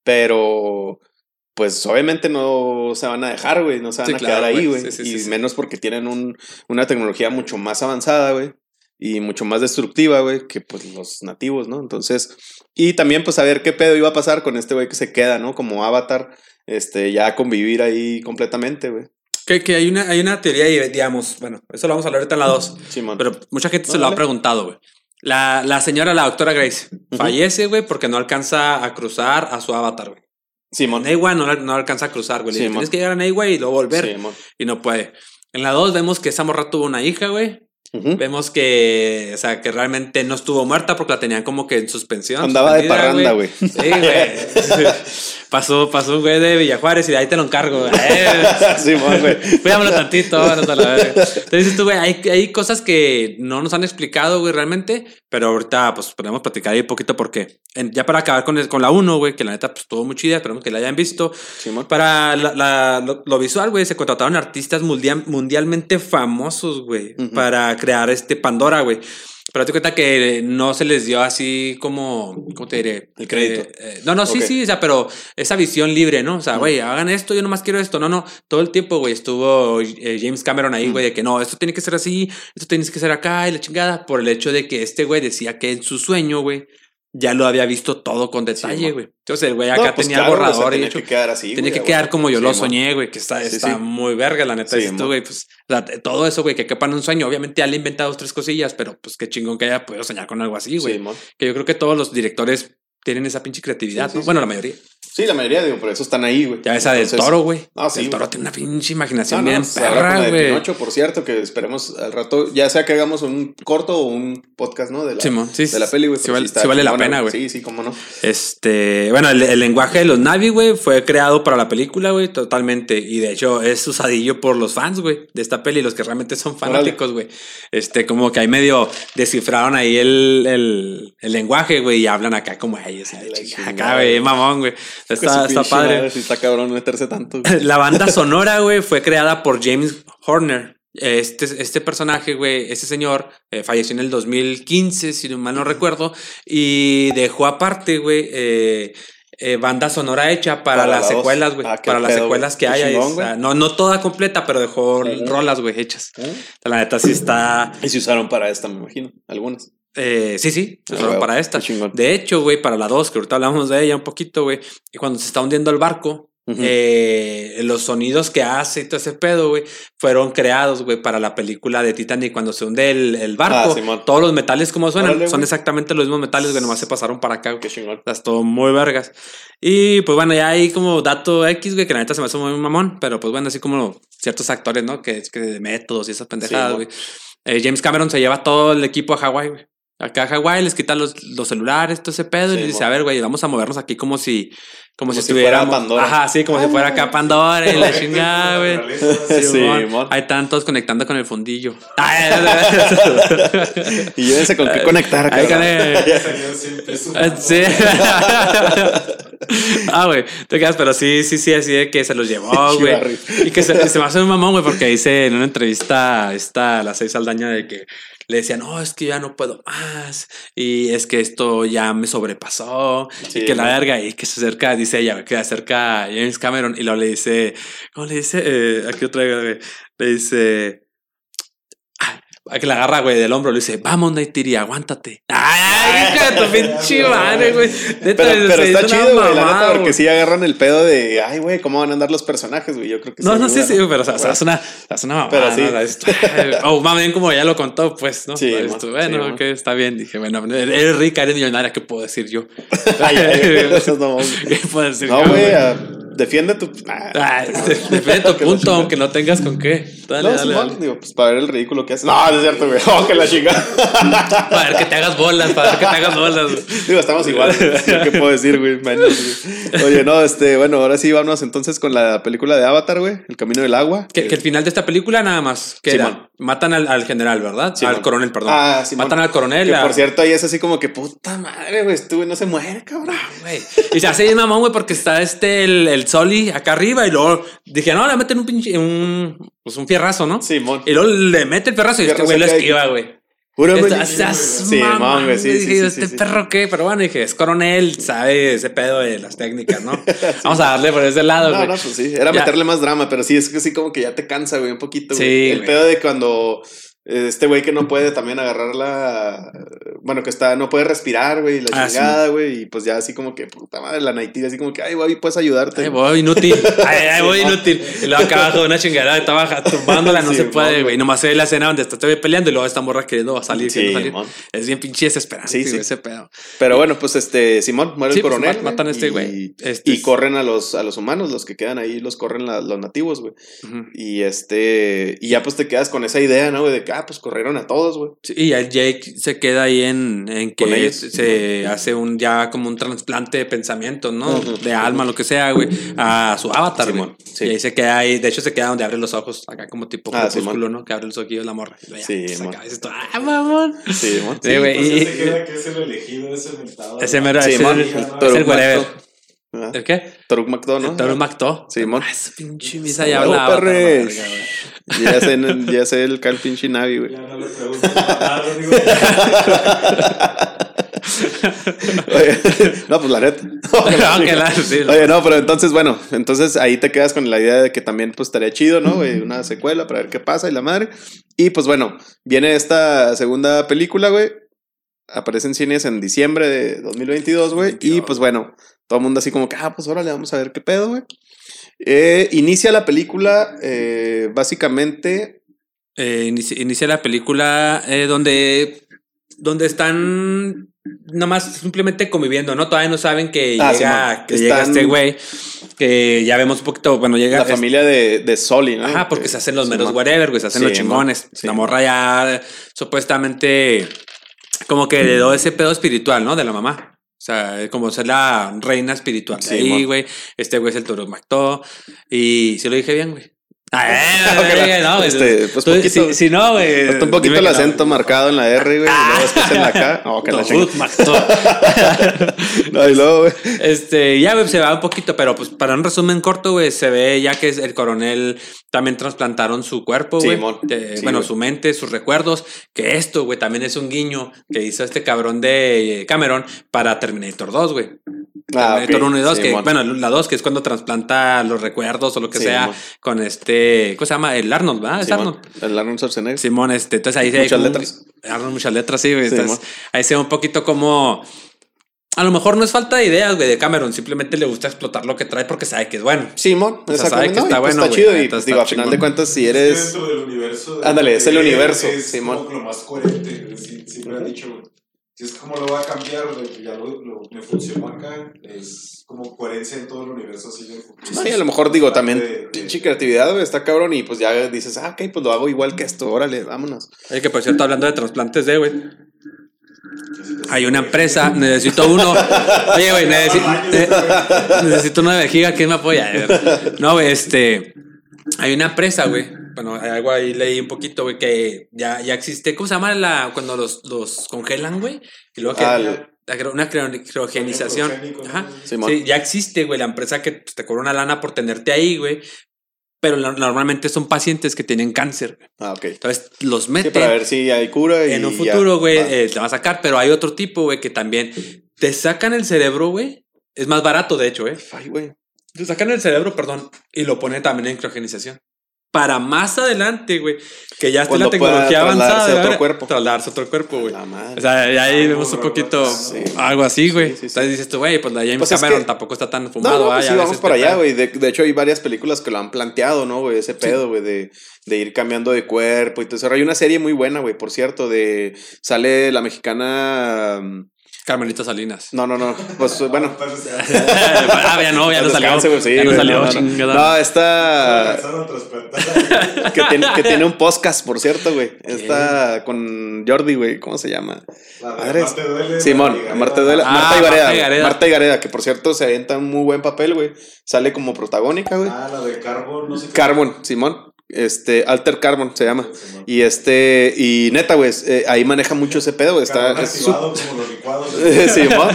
pero pues obviamente no se van a dejar, güey, no se van Sí, a claro, quedar ahí, güey. güey. Sí, sí, y sí, sí. menos porque tienen un, una tecnología mucho más avanzada, güey. Y mucho más destructiva, güey, que pues los nativos, ¿no? Entonces, y también pues saber qué pedo iba a pasar con este güey que se queda, ¿no? Como Avatar, este, ya a convivir ahí completamente, güey. Que, que hay una, hay una teoría, y digamos, bueno, eso lo vamos a hablar ahorita en la dos. Simón. Pero mucha gente No, se lo ha dale. preguntado, güey. La, la señora, la doctora Grace, Ujú. fallece, güey, porque no alcanza a cruzar a su avatar, güey. Simón. Neywa no, la- no alcanza a cruzar, güey. Le Sí, dice, mon. tienes que llegar a Neywa y luego volver. Simón. Y no puede. En la dos vemos que esa morra tuvo una hija, güey. Ujú. Vemos que, o sea, que realmente no estuvo muerta porque la tenían como que en suspensión. Andaba de suspendida, parranda, güey. Sí, güey. pasó, pasó un güey de Villajuárez y de ahí te lo encargo, güey. Eh, Simón, güey. Cuídamelo tantito, vámonos a la verga. Entonces dices tú, güey, hay, hay cosas que no nos han explicado, güey, realmente, pero ahorita, pues, podemos platicar ahí un poquito porque, en- ya para acabar con, el- con la uno, güey, que la neta, pues, estuvo muy chida, esperamos que la hayan visto. Simón. Para la, la- lo, lo visual, güey, se contrataron artistas mundial, mundialmente famosos, güey, Ujú. para crear este Pandora, güey. Pero te cuenta que no se les dio así como, ¿cómo te diré? El crédito. Eh, eh, no, no, sí, Ok. sí, o sea, pero esa visión libre, ¿no? O sea, Mm. güey, hagan esto, yo nomás quiero esto. No, no, todo el tiempo, güey, estuvo eh, James Cameron ahí, Mm. güey, de que no, esto tiene que ser así, esto tiene que ser acá y la chingada, por el hecho de que este güey decía que en su sueño, güey, ya lo había visto todo con detalle, Sí, güey. Entonces el güey No, acá pues tenía claro, el o sea, borrador y tenía hecho, que quedar así, tiene güey, que quedar güey. como yo Sí, lo mon. soñé, güey, que está, Sí, está sí. muy verga, la neta. Sí, Dices tú, mon. güey, pues, o sea, todo eso, güey, que quepa en un sueño. Obviamente ya le he inventado dos, tres cosillas, pero pues qué chingón que haya podido soñar con algo así, güey. Sí, mon. Que yo creo que todos los directores tienen esa pinche creatividad, Sí, sí, ¿no? sí. Bueno, la mayoría. Sí, la mayoría, digo, por eso están ahí, güey. Ya esa del Entonces- toro, güey. Ah, sí, El toro güey. tiene una pinche No, imaginación no, bien pues, ahora con la perra, de güey. Pinocho, por cierto, que esperemos al rato, ya sea que hagamos un corto o un podcast, ¿no? De la, Simón, sí, de la peli, güey. sí pero vale- está sí vale la chingona, pena, güey. Sí, sí, cómo no. Este, bueno, el, el lenguaje de los Navi, güey, fue creado para la película, güey, totalmente. Y de hecho es usadillo por los fans, güey, de esta peli, los que realmente son fanáticos, güey. Este, como que ahí medio descifraron ahí el, el, el lenguaje, güey, y hablan acá como ellos. Ay, la Acá, chingada, güey, güey. mamón, güey. Pues Está, su está pinche padre. madre, sí está cabrón meterse tanto. La banda sonora, güey, fue creada por James Horner. Este, este personaje, güey, ese señor eh, falleció en el dos mil quince, si no mal no recuerdo, y dejó aparte, güey, eh, eh, banda sonora hecha para, Para las la dos. secuelas, güey. Ah, qué para las pedo, secuelas güey. que Qué haya. chingón, o sea, güey. no, no toda completa, pero dejó Sí. rolas, güey, hechas. ¿Eh? La neta sí está. Y se usaron para esta, me imagino, algunas. Eh, sí, sí, se Ah, usaron huevo, para esta. qué chingón. De hecho, güey, para la dos, que ahorita hablamos de ella un poquito, güey, y cuando se está hundiendo el barco, Uh-huh. Eh, los sonidos que hace y todo ese pedo, güey, fueron creados, güey, para la película de Titanic cuando se hunde el, el barco. Ah, todos los metales como suenan Órale, son güey. exactamente los mismos metales, güey, nomás se pasaron para acá. Qué chingón. O sea, es todo muy vergas. Y pues bueno, ya hay como dato X, güey, que la neta se me hace muy mamón, pero pues bueno, así como ciertos actores, ¿no? Que, que de métodos y esas pendejadas, güey. Sí, eh, James Cameron se lleva todo el equipo a Hawái, güey. Acá a Hawái les quita los, los celulares, todo ese pedo, sí, y dice, mo. a ver, güey, vamos a movernos aquí como si... Como, como si, si estuviéramos... Pandora. Ajá, sí, como ah, si fuera acá Pandora y la chingada, güey. Sí, sí, ahí están todos conectando con el fundillo. Y llévense con qué conectar, ahí con el... Sí. Ah, güey, te quedas, pero sí, sí, sí, así de que se los llevó, güey. Y que se, se me hace un mamón, güey, porque dice en una entrevista esta, la seis Saldaña, de que le decían, no, es que ya no puedo más, y es que esto ya me sobrepasó, sí, y que la verga, y que se acerca, dice ella, que se acerca a James Cameron, y luego le dice, ¿cómo le dice? Eh, aquí otra vez, güey, le dice... A que la agarra, güey, del hombro, le dice, vamos, Neytiri, aguántate. Ay, hija de tu pinche madre, güey. Pero, pero está chido, güey, la neta, porque sí agarran el pedo de, ay, güey, ¿cómo van a andar los personajes, güey? Yo creo que sí. No, no, sí, sí, pero o sea, bueno. es una, es una mamada. Pero sí. ¿no? O más bien como ya lo contó, pues, ¿no? Sí, esto, bueno, sí, ok, está bien. Dije, bueno, eres rica, eres millonaria, ¿qué puedo decir yo? Ay, ay, no, ¿qué puedo decir no, yo? No, güey, defiende tu... Ah, defiende tu punto, aunque no tengas con qué. Dale, no, dale, mal, dale. Digo, pues para ver el ridículo que haces. No, no es cierto, güey. Oh, que la chingada. Para ver que te hagas bolas, para ver que te hagas bolas. Digo, estamos igual. ¿Qué puedo decir, güey? Oye, no, este, bueno, ahora sí, vámonos entonces con la película de Avatar, güey. El camino del agua. Que, que el final de esta película nada más queda. Matan al, al general, ¿verdad? Simón. Al coronel, perdón. Ah, sí. Matan al coronel. Que a... por cierto, ahí es así como que puta madre, güey. Este güey no se muere, cabrón. Güey. Y se hace mamón, güey, porque está este, el, el Soli acá arriba. Y luego dije, no, le meten un pinche, un, pues un fierrazo, ¿no? Sí, mon. Y luego le mete el fierrazo y este güey lo esquiva, güey. Sí, mamá, güey, sí, sí, dije, sí, este sí, perro qué, pero bueno, dije, es coronel, sabe ese pedo de las técnicas, ¿no? Sí. Vamos a darle por ese lado, güey. No, no, pues sí, era ya. meterle más drama, pero sí, es que sí como que ya te cansa, güey, un poquito, güey. Sí, el güey. pedo de cuando este güey que no puede también agarrar la... Bueno, que está, no puede respirar, güey, la ah, chingada, güey, sí. Y pues ya así como que, puta madre, la Neytiri, así como que, ay, güey, puedes ayudarte. Ay, voy inútil, ay, ay, voy sí, inútil. Y luego acá abajo de una chingada, está baja, tumbándola, no sí, se puede, güey. Nomás se ve la escena donde está todavía peleando y luego esta morra queriendo salir, sí, queriendo salir. Mon. Es bien pinche desesperante, sí, sí. ese pedo. Pero bueno, pues este, Simón, muere sí, el coronel. Pues, matan a este güey. Este y es... corren a los, a los humanos, los que quedan ahí, los corren la, los nativos, güey. Uh-huh. Y este, y ya pues te quedas con esa idea, ¿no, güey? De que, ah, pues corrieron a todos, güey. Sí, y el Jake se queda ahí en, en que se hace un ya como un trasplante de pensamiento, ¿no? Uh-huh. De alma, lo que sea, güey, a su avatar, sí, güey. Sí. Y ahí se queda ahí, de hecho se queda donde abre los ojos, acá como tipo ah, crepúsculo, sí, ¿no? Que abre los ojillos la morra. Y sí, se acaba, dices tú, ah, mamón. Sí, mon. Sí, güey. Sí, pues y, se queda que es el elegido, ese mentado. Ese mero, sí, ese, mon. es el whatever. ¿Ah? ¿El qué? Toruk Macto, ¿no? Toruk Macto. Sí, mon. Ah, esa pinche misa ya hablaba. Ya sé, ya sé el cal pinche Navi, güey. Ya no le pregunto nada, digo. Oye, no, pues la neta. Okay, la, sí, Oye, no, pero entonces, bueno, entonces ahí te quedas con la idea de que también pues estaría chido, ¿no? Güey, una secuela para ver qué pasa y la madre. Y pues bueno, viene esta segunda película, güey. Aparece en cines en diciembre de dos mil veintidós, güey. Y pues bueno, todo el mundo así como que, ah, pues órale, vamos a ver qué pedo, güey. Eh, inicia la película, eh, básicamente. Eh, inicia, inicia la película eh, donde, donde están nomás simplemente conviviendo, ¿no? Todavía no saben que ah, llega, sí, que están... llega este güey. Que ya vemos un poquito, bueno, llega... La familia de, de Soli, ¿no? Ajá, porque que, se hacen los sí, meros man. whatever, güey, se hacen sí, los chingones. Sí, la morra ya supuestamente como que le dio ese pedo espiritual, ¿no? De la mamá. O sea, como ser la reina espiritual. Sí, ahí, güey. Este güey es el Toruk Macto. Y si lo dije bien, güey. Ah, okay, no, este, pues tú, poquito, si, si no, güey. Un poquito el acento no, marcado en la R, güey. Ah, y luego después en la K. Oh, que la no, y luego, güey. Este, ya, güey, se va un poquito, pero pues para un resumen corto, güey, se ve ya que el coronel también trasplantaron su cuerpo, güey. Sí, sí, bueno, wey. Su mente, sus recuerdos. Que esto, güey, también es un guiño que hizo este cabrón de Cameron para Terminator dos, güey. Ah, Terminator okay. uno y dos, sí, que, mon. bueno, la dos, que es cuando trasplanta los recuerdos o lo que sí, sea, mon. Con este, ¿cómo se llama? El Arnold, ¿verdad? Es sí, Arnold. Mon. El Arnold Schwarzenegger. Simón, este, entonces ahí muchas hay letras. Un, Arnold, muchas letras, sí, güey. Sí, entonces, ahí se ve un poquito como A lo mejor no es falta de ideas, güey, de Cameron. Simplemente le gusta explotar lo que trae porque sabe que es bueno. Simón, o sea, exactamente. sabe que No, está y, pues, bueno, está chido. güey, Y pues, está digo, a chingón. final de cuentas, si Es eres. que dentro del universo. de- Ándale, es el de- universo, Es Simón. como que lo más coherente. sí- Siempre he dicho, güey. Si es como lo va a cambiar, de que ya lo, lo, me funcionó acá, es como coherencia en todo el universo así del futuro. No, y a lo mejor digo también, De- de- pinche creatividad, güey, está cabrón. Y pues ya dices, ah, ok, pues lo hago igual que esto, órale, vámonos. Oye, que por cierto, hablando de trasplantes de, güey. Hay una empresa, necesito uno. Oye, güey, necesito, eh, necesito uno de vejiga, ¿quién me apoya? No, güey, este. Hay una empresa, güey. Bueno, algo ahí leí un poquito, güey, que ya, ya existe. ¿Cómo se llama la cuando los, los congelan, güey? Y luego que. Ah, el- Una creo- criogenización. Criogénico, Ajá. ¿no? Simón. Sí, ya existe, güey, la empresa que pues, te cobra una lana por tenerte ahí, güey. Pero no- normalmente son pacientes que tienen cáncer. Ah, ok. Entonces los Sí, meten para ver si hay cura. Y en un ya. futuro, güey, Va. eh, te va a sacar. Pero hay otro tipo, güey, que también te sacan el cerebro, güey. Es más barato, de hecho, eh. Ay, güey. Te sacan el cerebro, perdón, y lo ponen también en criogenización. Para más adelante, güey, que ya esté Cuando la tecnología pueda avanzada. trasladarse a otro ¿verdad? cuerpo. Trasladarse a otro cuerpo, güey. La madre. O sea, ya ahí Ah, vemos un burro, poquito sí. algo así, güey. Sí, sí, sí. Entonces dices tú, güey, pues la James Pues es Cameron que- tampoco está tan No, fumado. no, ah, pues ya sí, ves vamos este para allá, pedo. güey. De, de hecho, hay varias películas que lo han planteado, ¿no, güey? Ese pedo, güey, de, de ir cambiando de cuerpo y todo eso. Hay una serie muy buena, güey, por cierto, de... Sale la mexicana... um, Carmelita Salinas. No, no, no. Pues, bueno... ah, ya no, ya no salió. Descanse, güey, sí, ya no güey, salió, no, no, no. chingada. No, esta... Empezaron a trasplantar. que, tiene, que tiene un podcast, por cierto, güey. Esta con Jordi, güey. ¿Cómo se llama? La de Madres. Marte Duele, Simón, Marta Marta Gareda. Duele. Ah, Marta y Marta Gareda. y Gareda. güey. Marta y Gareda, que por cierto se avienta un muy buen papel, güey. Sale como protagónica, güey. Ah, la de Carbon, no sé qué. Carbon, Simón. Este, Alter Carbon se llama. Simón. Y este, y neta, güey, eh, ahí maneja mucho ese pedo, güey. Está. Carbón Es su- activado como los licuados. Simón.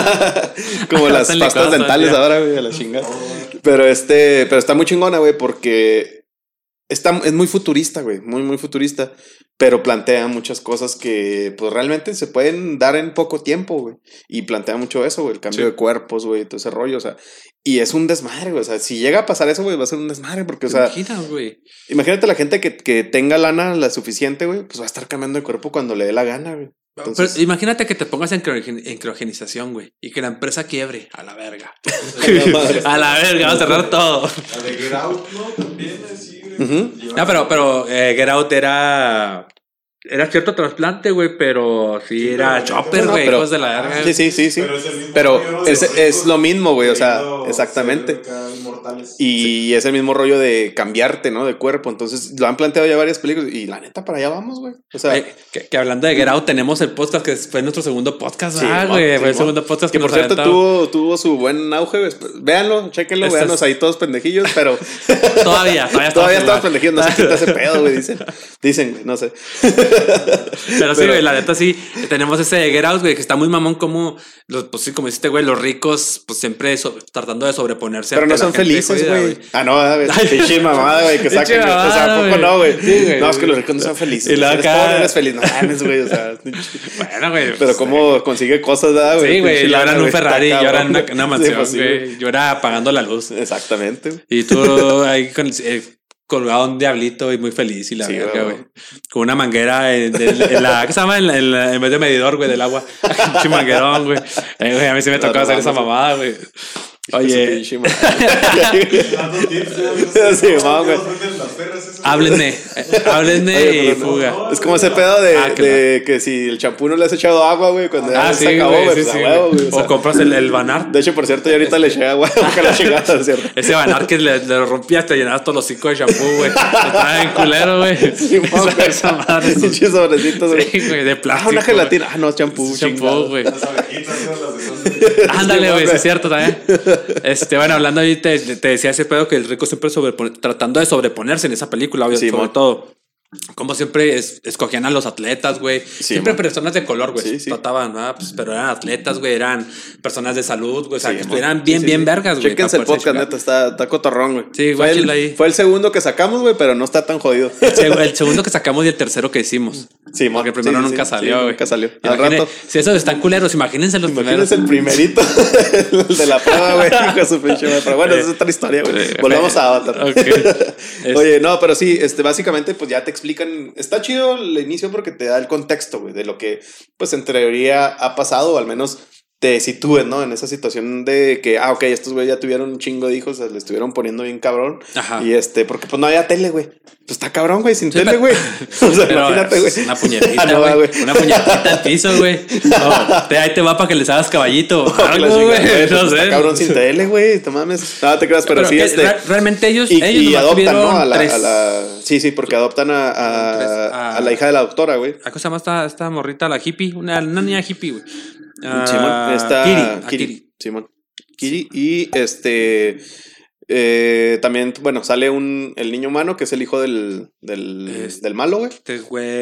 Como las Hacen pastas licuados dentales todo el ahora, güey, a la chingada. Oh, Pero este, pero está muy chingona, güey, porque está, es muy futurista, güey, muy, muy futurista, pero plantea muchas cosas que, pues, realmente se pueden dar en poco tiempo, güey, y plantea mucho eso, güey, el cambio Sí. de cuerpos, güey, todo ese rollo, o sea, y es un desmadre, güey, o sea, si llega a pasar eso, güey, va a ser un desmadre, porque, o sea, Imagina, güey. imagínate la gente que, que tenga lana la suficiente, güey, pues va a estar cambiando de cuerpo cuando le dé la gana, güey. Entonces- Pero imagínate que te pongas en, criogen- en criogenización, güey, y que la empresa quiebre. A la verga. A la verga, vamos a cerrar todo. La de Get Out, ¿no? También así, güey. Ujú. Lleva- No, pero, pero eh, Get Out era. Era cierto trasplante, güey, pero sí, Sí, era pero- chopper, No, güey, pero- hijos de la verga. Sí, sí, sí, sí. Pero es el mismo Pero rollo de es, los es ricos lo mismo, güey, o sea, queriendo exactamente. ser acá inmortales. Y es el mismo rollo de cambiarte, ¿no? De cuerpo. Entonces lo han planteado ya varias películas. Y la neta, para allá vamos, güey. O sea, Eh, que, que hablando de Get Out, tenemos el podcast que fue nuestro segundo podcast. Sí, ah, mo- güey, sí, fue el mo- segundo podcast que que, por nos cierto aventó. tuvo, tuvo su buen auge. güey. Véanlo, chéquenlo, Este véanos es- ahí todos pendejillos, pero Todavía, todavía estamos todavía igual. estamos pendejillos. No se quita ese pedo, güey. Dicen, dicen, güey, no sé. Pero sí, Pero- güey, la neta sí, tenemos ese de Get Out, güey, que está muy mamón como, los, pues sí, como dijiste, güey, los ricos, pues siempre so- tratando de sobreponerse. Pero ante no la son gente felices, jodida, güey. Ah, no, a ver, pinche mamada, güey, que Pinche saquen. güey. O sea, mamada, ¿a poco güey. no, güey? Sí, güey. No, es que los ricos no son felices. Y Si luego eres acá- pobre, eres feliz. No mames, güey, o sea. Bueno, güey. Pero pues, cómo consigue cosas, ¿verdad, güey? sí, güey, Pinche lloran lana, un güey, Ferrari, está lloran una, cabrón. una Sí, mansión, pues sí, güey, llora apagando la luz. Exactamente, güey. Y tú ahí con, eh, colgado un diablito y muy feliz y la Sí, verga, güey. güey. Con una manguera en, en- en la, ¿qué se llama? En, la- en, la- en vez de medidor, güey, del agua. Pinche manguerón, güey. Eh, güey. A mí sí me No, tocó no hacer esa mames. mamada, güey. Su Oye, pinche madre. Dando tips, güey. Sí, ¿Cómo güey. venden las perras esas? háblenme, eh, háblenme Oye, y pero no, fuga. no. Es como ese pedo de, Ah, que de que si el champú no le has echado agua, güey, cuando ya Ah, se sí, acabó, güey, güey, sí, pues sí, a huevo, güey. güey. o O sea. compras el, el banar. De hecho, por cierto, yo ahorita le eché agua, porque la chingada, ¿cierto? Ese banar que le, le rompías, te llenabas todos los hocico de shampoo, güey. Estaba bien culero, güey. Sí, Esa- güey. esa madre, esos- Pinches sobrecitos, güey. Sí, güey, de Ah, plástico. una gelatina. Ah, no, champú, güey. Shampoo, chingado. güey. Las abejitas, ¿no? Las de son- Ándale, Sí, güey, sí güey. es cierto también. Este, bueno, hablando ahí, te, te decía ese pedo que el rico siempre sobrepone- tratando de sobreponerse en esa película, obvio, Sí, sobre mon. todo. Como siempre es- escogían a los atletas, güey. siempre mon. personas de color, güey. Sí, sí. Trataban, ¿verdad? Pues, pero eran atletas, güey. Eran personas de salud, güey. O sea, Sí, que mon. estuvieran bien, Sí, sí, bien sí. vergas, güey. Chéquense el para poderse podcast, chingar. neta, está, está cotorrón, güey. Sí, fue el, guáchenlo ahí. fue el segundo que sacamos, güey, pero no está tan jodido. Se- El segundo que sacamos y el tercero que hicimos. Sí, mon. Porque el primero Sí, sí, nunca sí, salió, sí, güey. nunca salió. Al Imagine- rato. Si esos están culeros, imagínense los Imagínense primeros. el primerito, el de la prueba, güey. Hijo de su pinche madre. Pero bueno, esa es otra historia, güey. Eh, Volvamos a Avatar. Ok. Es- Oye, no, pero sí, este, básicamente, pues ya te explican. Está chido el inicio porque te da el contexto, güey, de lo que, pues en teoría ha pasado, o al menos te sitúes, ¿no? En esa situación de que, ah, ok, estos güey ya tuvieron un chingo de hijos, o sea, le estuvieron poniendo bien cabrón. Ajá. Y este, porque pues no había tele, güey. Pues está cabrón, güey, sin sí, tele, güey. O sea, pero, imagínate, güey. Una puñetita, no, güey. Una puñetita al piso, güey. No, te, ahí te va para que les hagas caballito. Algo, güey. No sé. Está cabrón sin tele, güey. No mames. No te creas, pero, pero sí, que, este. Realmente ellos, y, ellos y adoptan, ¿no? A la, a la. Sí, sí, porque adoptan a, a, a, a la hija de la doctora, güey. ¿Cómo se llama esta, esta morrita, la hippie? Una, una niña hippie, güey. Uh, Simón, está Kiri, Kiri, Kiri. Simón, Kiri y este eh, también, bueno, sale un el niño humano que es el hijo del del, este, del malo, güey. Este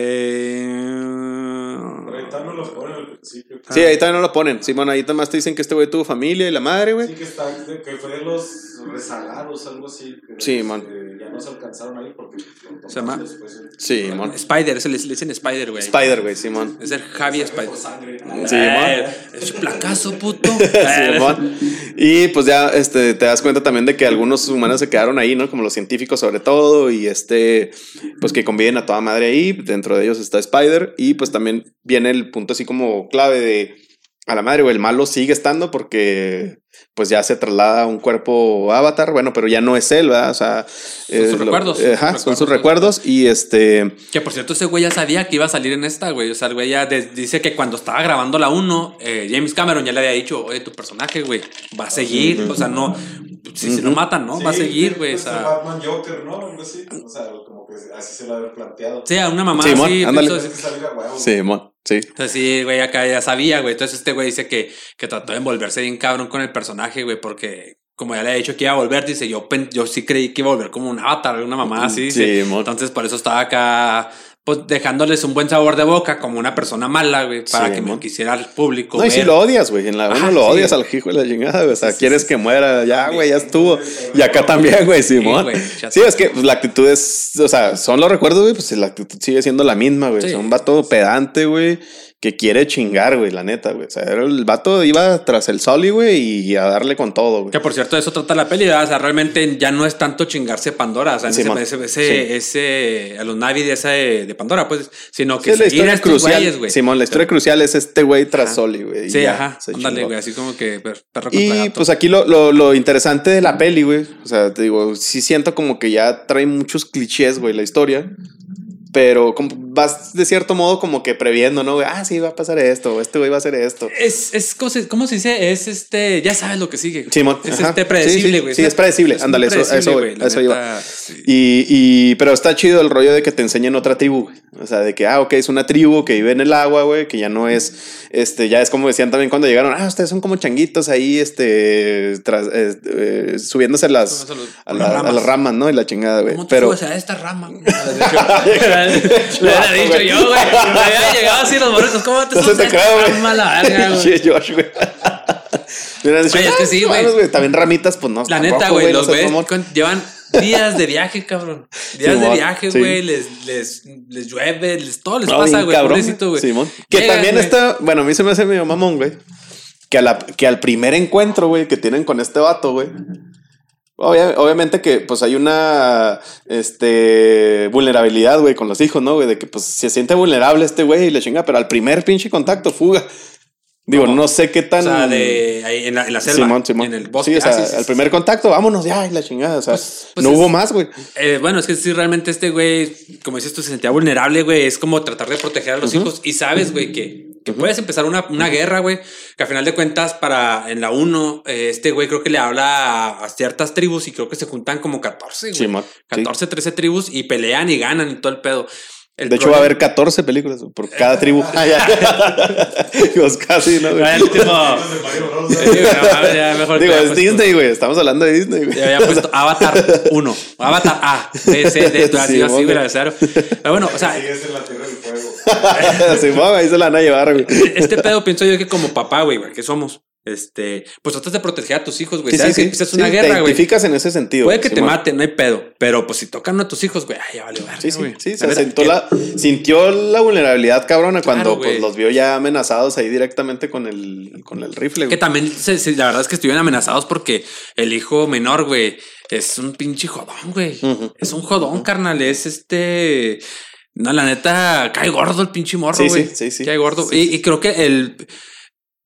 güey. Pero ahí también no lo ponen al principio. Sí, ahí también no lo ponen. Simón, ahí más te dicen que este güey tuvo familia y la madre, güey. Sí, que está, que fue de los rezagados, algo así. Que sí, man. Eh, ya no se alcanzaron ahí porque. Se llama. Después, sí, man. Spider, se le, le dicen Spider, güey. Spider, güey, Simón. Es el Javi Spider. Sí, eh, es placazo, puto. Sí, man. Y pues ya este, te das cuenta también de que algunos humanos se quedaron ahí, ¿no? Como los científicos, sobre todo. Y este, pues que conviven a toda madre ahí. Dentro de ellos está Spider. Y pues también viene el punto así como clave de. A la madre, güey, el malo sigue estando porque pues ya se traslada a un cuerpo avatar, bueno, pero ya no es él, ¿verdad? O sea, son eh, sus lo, recuerdos. Eh, ajá, sus son recuerdos. sus recuerdos y este... Que por cierto ese güey ya sabía que iba a salir en esta, güey, o sea, el güey ya de, dice que cuando estaba grabando la uno, eh, James Cameron ya le había dicho, oye, tu personaje, güey, va a seguir, uh-huh. o sea, no, si uh-huh. se lo matan, ¿no? Sí, va a seguir, güey, o sea... Batman Joker, ¿no? Algo así, o sea, como que así se lo había planteado. Sí, a una mamá sí, así. Ándale. Pues, sí, mon. Sí. Entonces sí, güey, acá ya sabía, güey. Entonces este güey dice que, que trató de envolverse bien cabrón con el personaje, güey, porque como ya le he dicho que iba a volver, dice, yo, yo sí creí que iba a volver como un avatar, una mamá así. Sí, dice. Entonces por eso estaba acá, pues dejándoles un buen sabor de boca como una persona mala, güey, para sí, que me quisiera el público. No, ver. Y si lo odias, güey, en la uno ah, lo sí. odias al hijo de la chingada, güey. O sea, sí, quieres sí, que muera, ya, güey, ya estuvo. Y acá también, güey, Simón. Sí, sí, es que pues, la actitud es, o sea, son los recuerdos, güey, pues la actitud sigue siendo la misma, güey. Sí, o sea, un vato pedante, güey. Que quiere chingar, güey, la neta, güey. O sea, el vato iba tras el Sully, güey, y a darle con todo, güey. Que por cierto, eso trata la peli, ¿verdad? O sea, realmente ya no es tanto chingarse Pandora. O sea, sí, ese, ese, ese, sí. ese, a los Navi de esa de, de Pandora, pues, sino que sí, la historia crucial, güey. Simón, la historia Pero, crucial es este güey tras Sully, güey. Sí, ya, ajá. Ándale, güey, así como que perro Y contra gato. Pues aquí lo, lo, lo interesante de la peli, güey, o sea, te digo, sí siento como que ya trae muchos clichés, güey, la historia. Pero como vas de cierto modo como que previendo, ¿no? Ah, sí, va a pasar esto, este güey va a hacer esto. Es, es ¿cómo se, cómo se dice? Es este, ya sabes lo que sigue. Simón. Es ajá. este predecible, güey. Sí, sí, sí, es predecible, es ándale, predecible, eso, eso, wey, eso iba. Sí. Y, y, pero está chido el rollo de que te enseñen otra tribu, güey. O sea, de que, ah, ok, es una tribu que vive en el agua, güey, que ya no es, este, ya es como decían también cuando llegaron, ah, ustedes son como changuitos ahí, este, tras, eh, eh, subiéndose a las, a, los, a, la, a las ramas, ¿no? Y la chingada, güey. ¿Cómo te pero subes a esta rama? Le hubiera dicho yo, güey. Me había llegado así los morritos, ¿cómo te subes a esta rama la verga, güey? Sí, Josh, güey. Oye, es que sí, güey. También ramitas, pues no. La neta, güey, los güeyes llevan días de viaje, cabrón. Días sí, de viaje, güey. Sí. Les, les, les llueve, les, todo les no, pasa, güey. Pobrecito, güey. Simón. Que Llegan, también wey. está, bueno, a mí se me hace medio mamón, güey. Que, a la, que al primer encuentro, güey, que tienen con este vato, güey. Obvia, obviamente que pues hay una este vulnerabilidad, güey, con los hijos, ¿no, güey? De que pues se siente vulnerable este güey y le chinga, pero al primer pinche contacto, fuga. Digo, ¿cómo? No sé qué tan... O sea, de ahí en la, en la selva, Simón, Simón. En el bosque. Sí, o sea, ah, sí, sí, al primer contacto, vámonos ya, y la chingada. O sea, pues, pues no es, hubo más, güey. Eh, bueno, es que sí, realmente este güey, como dices tú, se sentía vulnerable, güey. Es como tratar de proteger a los uh-huh. hijos. Y sabes, güey, que, que uh-huh. puedes empezar una, una guerra, güey. Que a final de cuentas, para en la uno, eh, este güey creo que le habla a, a ciertas tribus y creo que se juntan como catorce, güey. Simón. catorce, trece tribus y pelean y ganan y todo el pedo. El de hecho, problema. Va a haber catorce películas por cada tribu. Ah, ya. Pues casi, ¿no? Güey? El tipo... Digo, Digo es Disney, güey. Estamos hablando de Disney, güey. Ya había puesto Avatar uno. Avatar A, B, C, D. Tú así, así, güey. Pero bueno, o sea... Sí, es en la Tierra del Fuego. Sí, mamá, ahí se la van a llevar, güey. Este pedo pienso yo que como papá, güey, güey, que somos... Este, pues tratas de proteger a tus hijos, güey. Sí, Sabes sí, que sí, es sí, una sí, guerra, güey. Te identificas en ese sentido. Puede que sí, te man. maten, no hay pedo. Pero pues si tocan a tus hijos, güey, ay, ya vale, verga, sí, sí, güey. sí, se sintió la, sintió la vulnerabilidad cabrona cuando claro, pues, los vio ya amenazados ahí directamente con el, con el rifle, güey. Que también, se, se, la verdad es que estuvieron amenazados porque el hijo menor, güey, es un pinche jodón, güey. Uh-huh. Es un jodón, uh-huh. carnal. Es este... No, la neta, cae gordo el pinche morro, güey. Sí, sí, sí, sí. Cae gordo. Sí, y, sí. y creo que el...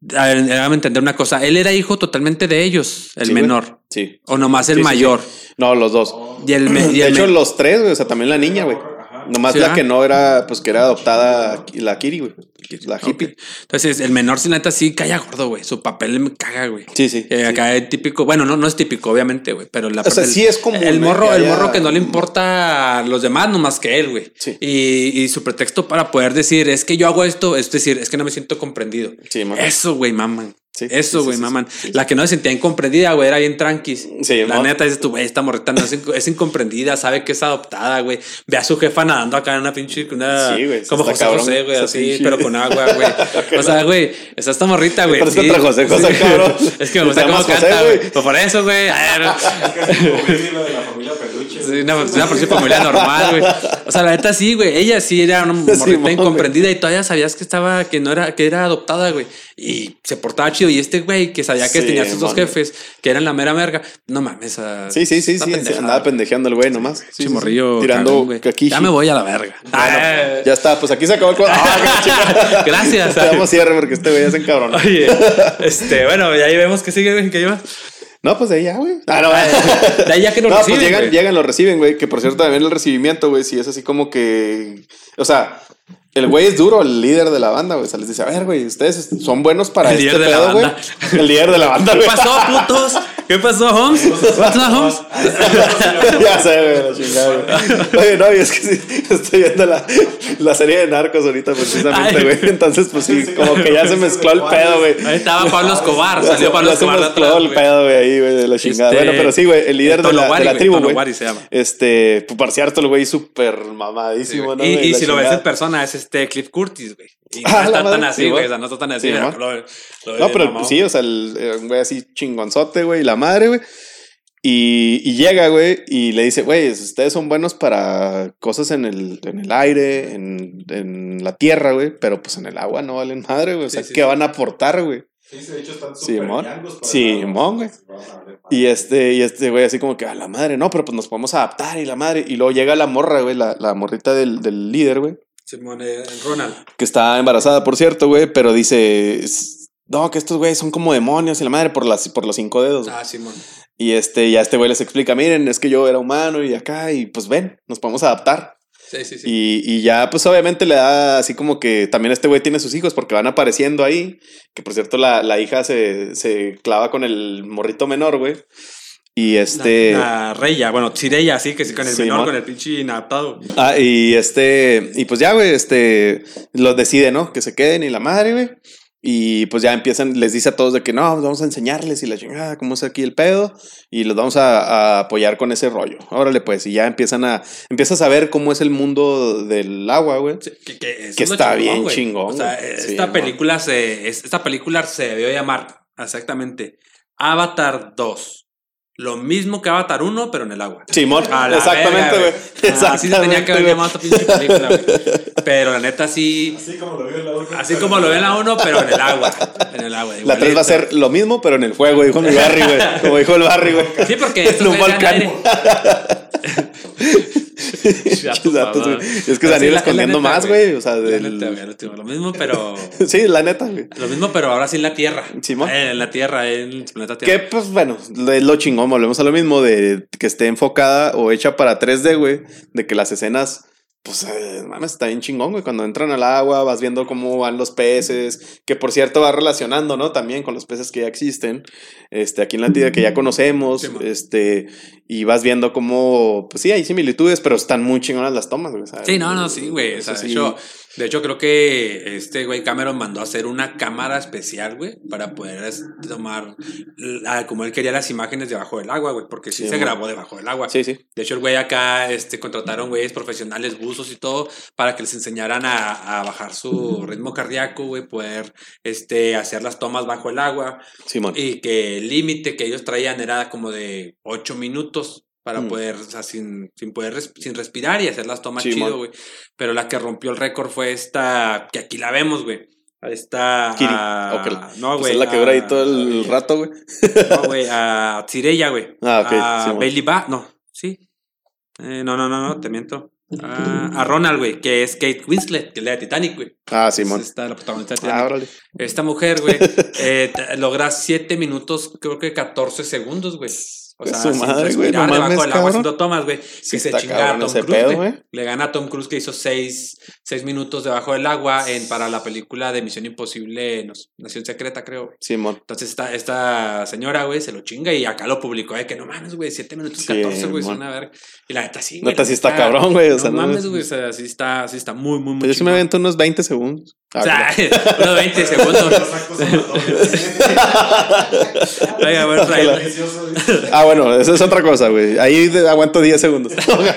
A ver, déjame entender una cosa. Él era hijo totalmente de ellos, el Sí, menor. güey. Sí. O nomás el Sí, sí, mayor. sí. No, los dos. Y el, me- y De el hecho, me- los tres, güey. O sea, también la niña, güey. Nomás Sí, la ¿verdad? que no era, pues que era adoptada, la Kiri, güey. La hippie. Ok. Entonces, el menor, sin neta, sí calla gordo, güey. Su papel me caga, güey. Sí, sí. Eh, sí. acá es típico. Bueno, no, no es típico, obviamente, güey. Pero la O sea, el, sí es común, El güey, morro, que el haya- morro que no le importa a los demás, nomás que él, güey. Sí. Y, y su pretexto para poder decir, es que yo hago esto, es decir, es que no me siento comprendido. Sí, man. Eso, güey, maman. Sí, Eso, sí, güey, sí, maman. sí, sí, La que no se sentía incomprendida, güey, era bien tranquis. Sí, la ¿no? neta, dices tú, güey, esta morrita no es, inc- es incomprendida, sabe que es adoptada, güey. Ve a su jefa nadando acá en una pinche. Una, Sí, güey, como está José cabrón, José, güey, esa así, pinche- pero con agua, güey. O sea, güey, está esta morrita, güey. Parece sí. otra José José, Sí. cabrón. Es que me gusta Te cómo llamas José, canta, güey. güey. Pues por eso, güey. A ver, Casi como Willy, lo de la familia Peluche. sí, una, una persona familiar normal, güey. O sea, la neta sí, güey. Ella sí era una morrita Simón, incomprendida y todavía sabías que estaba, que no era, que era adoptada, güey. Y se portaba chido. Y este güey que sabía que Sí, tenía sus dos mon. jefes, que eran la mera verga. No mames. a- Sí, sí, sí, esta sí. pendejada. Andaba pendejeando el güey nomás. Sí, sí, sí. Chimorrillo. Tirando cagón, güey. caquichi. Ya me voy a la verga. Ah, Ya está, pues aquí se acabó el cuadro. ¡Ah, qué chica! Gracias. Te damos cierre porque este güey ya se encabronó. Oye, este, bueno, ya ahí vemos que sigue, güey, que lleva. No, pues de ahí ya, güey. Ah, no, De ahí ya que lo no, reciben, pues llegan, güey. llegan, lo reciben, güey. Que por cierto, también el recibimiento, güey, sí es así como que. O sea, el güey es duro, el líder de la banda, güey. O sea, les dice, a ver, güey, ustedes son buenos para El este líder de la pedo, güey. banda. El líder de la banda, ¿Qué güey. pasó, putos? ¿Qué pasó, Holmes? ¿Qué pasó, Holmes? Ya sé, güey, la chingada, güey. Oye, no, y es que sí, estoy viendo la, la serie de Narcos ahorita, precisamente, Ay. güey. Entonces, pues sí, como que ya se mezcló el pedo, güey. Ahí estaba Pablo Escobar, Ya salió se- Pablo ya se Escobar de mezcló atrás, el güey. pedo, güey, ahí, güey, de la chingada. Este, Bueno, pero sí, güey, el líder el de la, Tonowari, de la güey, tribu, güey. Tonowari se llama. Este, pues, por cierto, el güey súper mamadísimo, ¿no? Y, güey? y La si lo ves chingada. en persona, es este Cliff Curtis, güey. Y no Ah, la está tan madre, así, sí, güey. güey. O sea, no está tan así. Sí, mira, ¿no? lo- lo- lo- No, pero mamá. sí, o sea, el, el güey así chingonzote, güey, y la madre, güey. Y, y llega, güey, y le dice, güey, ustedes son buenos para cosas en el, en el aire, en, en la tierra, güey, pero pues en el agua no valen madre, güey. O sea, Sí, sí, ¿qué sí. van a aportar, güey? Sí, de hecho están súper Simón. ñangos para Simón, güey. Y este, y este güey así como que, a la madre, no, pero pues nos podemos adaptar y la madre. Y luego llega la morra, güey, la, la morrita del, del líder, güey, Simón, eh, Ronald. que está embarazada, por cierto, güey, pero dice, "S- no, que estos güeyes son como demonios y la madre por, las, por los cinco dedos. güey". Ah, Simón. Y este, ya este güey les explica, miren, es que yo era humano y acá, y pues ven, nos podemos adaptar. Sí, sí, sí. Y, y ya, pues obviamente le da así como que también este güey tiene sus hijos porque van apareciendo ahí. Que por cierto, la, la hija se, se clava con el morrito menor, güey. Y este. La, la Reya, bueno, Chireya, sí, que sí, con el Simón. menor, con el pinche inadaptado. Ah, y este. Y pues ya, güey, este. Los decide, ¿no? Que se queden y la madre, güey. Y pues ya empiezan, les dice a todos de que no, vamos a enseñarles y la chingada, cómo es aquí el pedo. Y los vamos a, a apoyar con ese rollo. Órale, pues. Y ya empiezan a. Empiezas a ver cómo es el mundo del agua, güey. Sí, que, que, eso Que es lo está chingón, bien güey. chingón, O sea, güey. esta Sí, película se. es- Esta película se debió llamar exactamente Avatar dos. Lo mismo que Avatar uno, pero en el agua. Simón, A la exactamente, verga, güey. Ah, así se tenía que haber güey. llamado esta pinche película, güey. Pero la neta sí. Así como lo veo en la uno. Así como lo ven la uno, pero en el agua. En el agua. La tres va a ser lo mismo, pero en el fuego, dijo mi Barry, güey. Como dijo el Barry, güey. Sí, porque En estos un güeyes volcán. aire. Chato, Datos, mamá. güey. Es que Pero se han sí, ido la- escondiendo la neta, más, güey. O sea, La del... neta, güey, lo tío, lo mismo, pero. Sí, la neta, güey. Lo mismo, pero ahora sí en la Tierra. Simón. Eh, en la Tierra, en el planeta Que Tierra. pues bueno, es lo chingón, volvemos a lo mismo de que esté enfocada o hecha para tres D, güey. De que las escenas, pues, eh, mames, está bien chingón, güey. Cuando entran al agua, vas viendo cómo van los peces. Que por cierto va relacionando, ¿no? También con los peces que ya existen. Este, aquí en la tierra que ya conocemos. Sí, man. este, y vas viendo cómo, pues sí, hay similitudes, pero están muy chingonas las tomas, güey. ¿sabes? Sí, no, no, sí, güey. O sea, Eso de, sí. hecho, de hecho, creo que este güey Cameron mandó a hacer una cámara especial, güey, para poder es- tomar, la- como él quería, las imágenes debajo del agua, güey, porque sí, Sí, se man. grabó debajo del agua. Sí, sí. De hecho, el güey acá este, contrataron güeyes profesionales, buzos y todo, para que les enseñaran a, a bajar su ritmo cardíaco, güey, poder este, hacer las tomas bajo el agua. Simón. Y que el límite que ellos traían era como de ocho minutos para Mm. poder, o sea, sin, sin poder, res- sin respirar y hacer las tomas Sí, chido, man. güey. Pero la que rompió el récord fue esta, que aquí la vemos, güey. Esta. Kiri. a- Ok. No, Pues güey. es la que a- dura ahí todo el rato, güey. No, güey, a Tsireya, güey. Ah, ok, A sí, man. Bailey Ba, no, sí. Eh, no, no, no, no, te miento. a, a Ronald, güey, que es Kate Winslet, que es la de Titanic, güey. Ah, Simón. Está la protagonista de Titanic. Ah, órale. Esta mujer, güey, eh, logra siete minutos, creo que catorce segundos, güey. O sea, su sin madre, güey, respirar, no debajo mames, del agua cabrón. haciendo tomas, güey. Sí, Que se está chinga a cabrón Tom ese Cruise, pedo, güey. güey. Le gana a Tom Cruise, que hizo seis, seis minutos debajo del agua en, para la película de Misión Imposible, nos- Nación Secreta, creo. Simón. Entonces esta, esta señora, güey, se lo chinga y acá lo publicó, de que no mames, güey, siete minutos Sí, catorce, güey, mon. son a ver. Y la neta sí, güey. Neta la sí está cabrón, güey, o sea, no no mames, es- güey, o sea, sí está, sí está muy, muy, muy Pues yo sí me chingón. avento unos veinte segundos. Ah, O sea, unos veinte segundos. Los actos amatorios. Oiga, bueno, trae- Delicioso. Ah, bueno, eso es otra cosa, güey. Ahí de- aguanto diez segundos.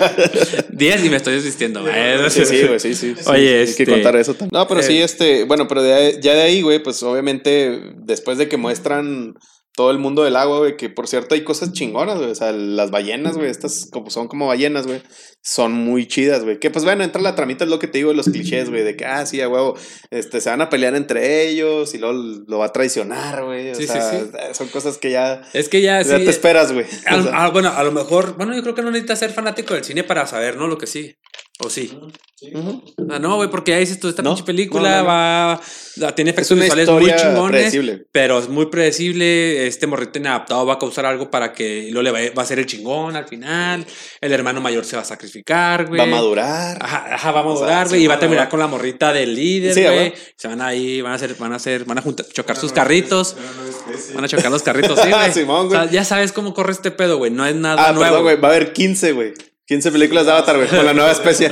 diez y me estoy desistiendo, güey. Sí, sí, güey, sí, sí. sí, Oye, hay este- que contar eso también. No, pero sí, eh, este, bueno, pero de, ya de ahí, güey, pues obviamente después de que muestran todo el mundo del agua, güey, que por cierto hay cosas chingonas, güey, o sea, las ballenas, güey, estas como son como ballenas, güey, son muy chidas, güey, que pues bueno, entra la tramita, es lo que te digo de los clichés, güey, de que, ah, sí, a huevo, este, se van a pelear entre ellos y luego lo va a traicionar, güey, o Sí, sí, sea, sí. son cosas que ya, Es que ya, ya sí, te esperas, güey. a- O sea, a- bueno, a lo mejor, bueno, yo creo que no necesitas ser fanático del cine para saber, ¿no? Lo que sí. O sí. Sí. ujú. Ah, no, güey, porque ya dices tú, esta No, pinche película no, no, no. va. la- tiene Es efectos una visuales muy historia chingones. predecible. Pero es muy predecible. Este morrito inadaptado va a causar algo para que. Y luego le va, va a ser el chingón al final. El hermano mayor se va a sacrificar, güey. Va a madurar. Ajá, ajá, va a O sea, madurar, sí, güey. y va a va a terminar madurar. con la morrita del líder, Sí, güey. güey. Se van ahí, van a hacer, van a hacer, van a juntar, chocar Una sus nueva carritos. especie, una nueva especie. Van a chocar los carritos, sí, güey. Simón, O sea, güey. ya sabes cómo corre este pedo, güey. No es nada Ah, nuevo. perdón, güey, va a haber quince, güey. quince películas de Avatar, güey, con la nueva especie.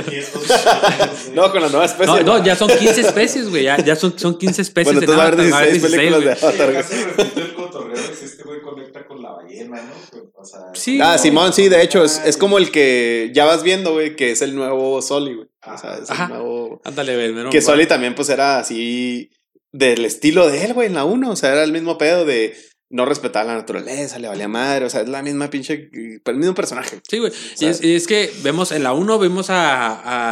No, con la nueva especie. No, no, ya son quince especies, güey. Ya, ya son, son quince especies. Bueno, de entonces va a haber Avatar, dieciséis películas de güey. Avatar, güey. Acá se repite el cotorreo de que este güey conecta con la ballena, ¿no? O sea, Sí. Ah, Simón, sí, de hecho, es, es como el que ya vas viendo, güey, que es el nuevo Soli, güey. O sea, es Ajá. el nuevo. Ándale, güey. menos Que mal. Soli también, pues, era así del estilo de él, güey, en la uno. O sea, era el mismo pedo de no respetar la naturaleza, le valía madre. O sea, es la misma pinche. El mismo personaje. Sí, güey. Y sea, es, y es que vemos en la uno, vemos a.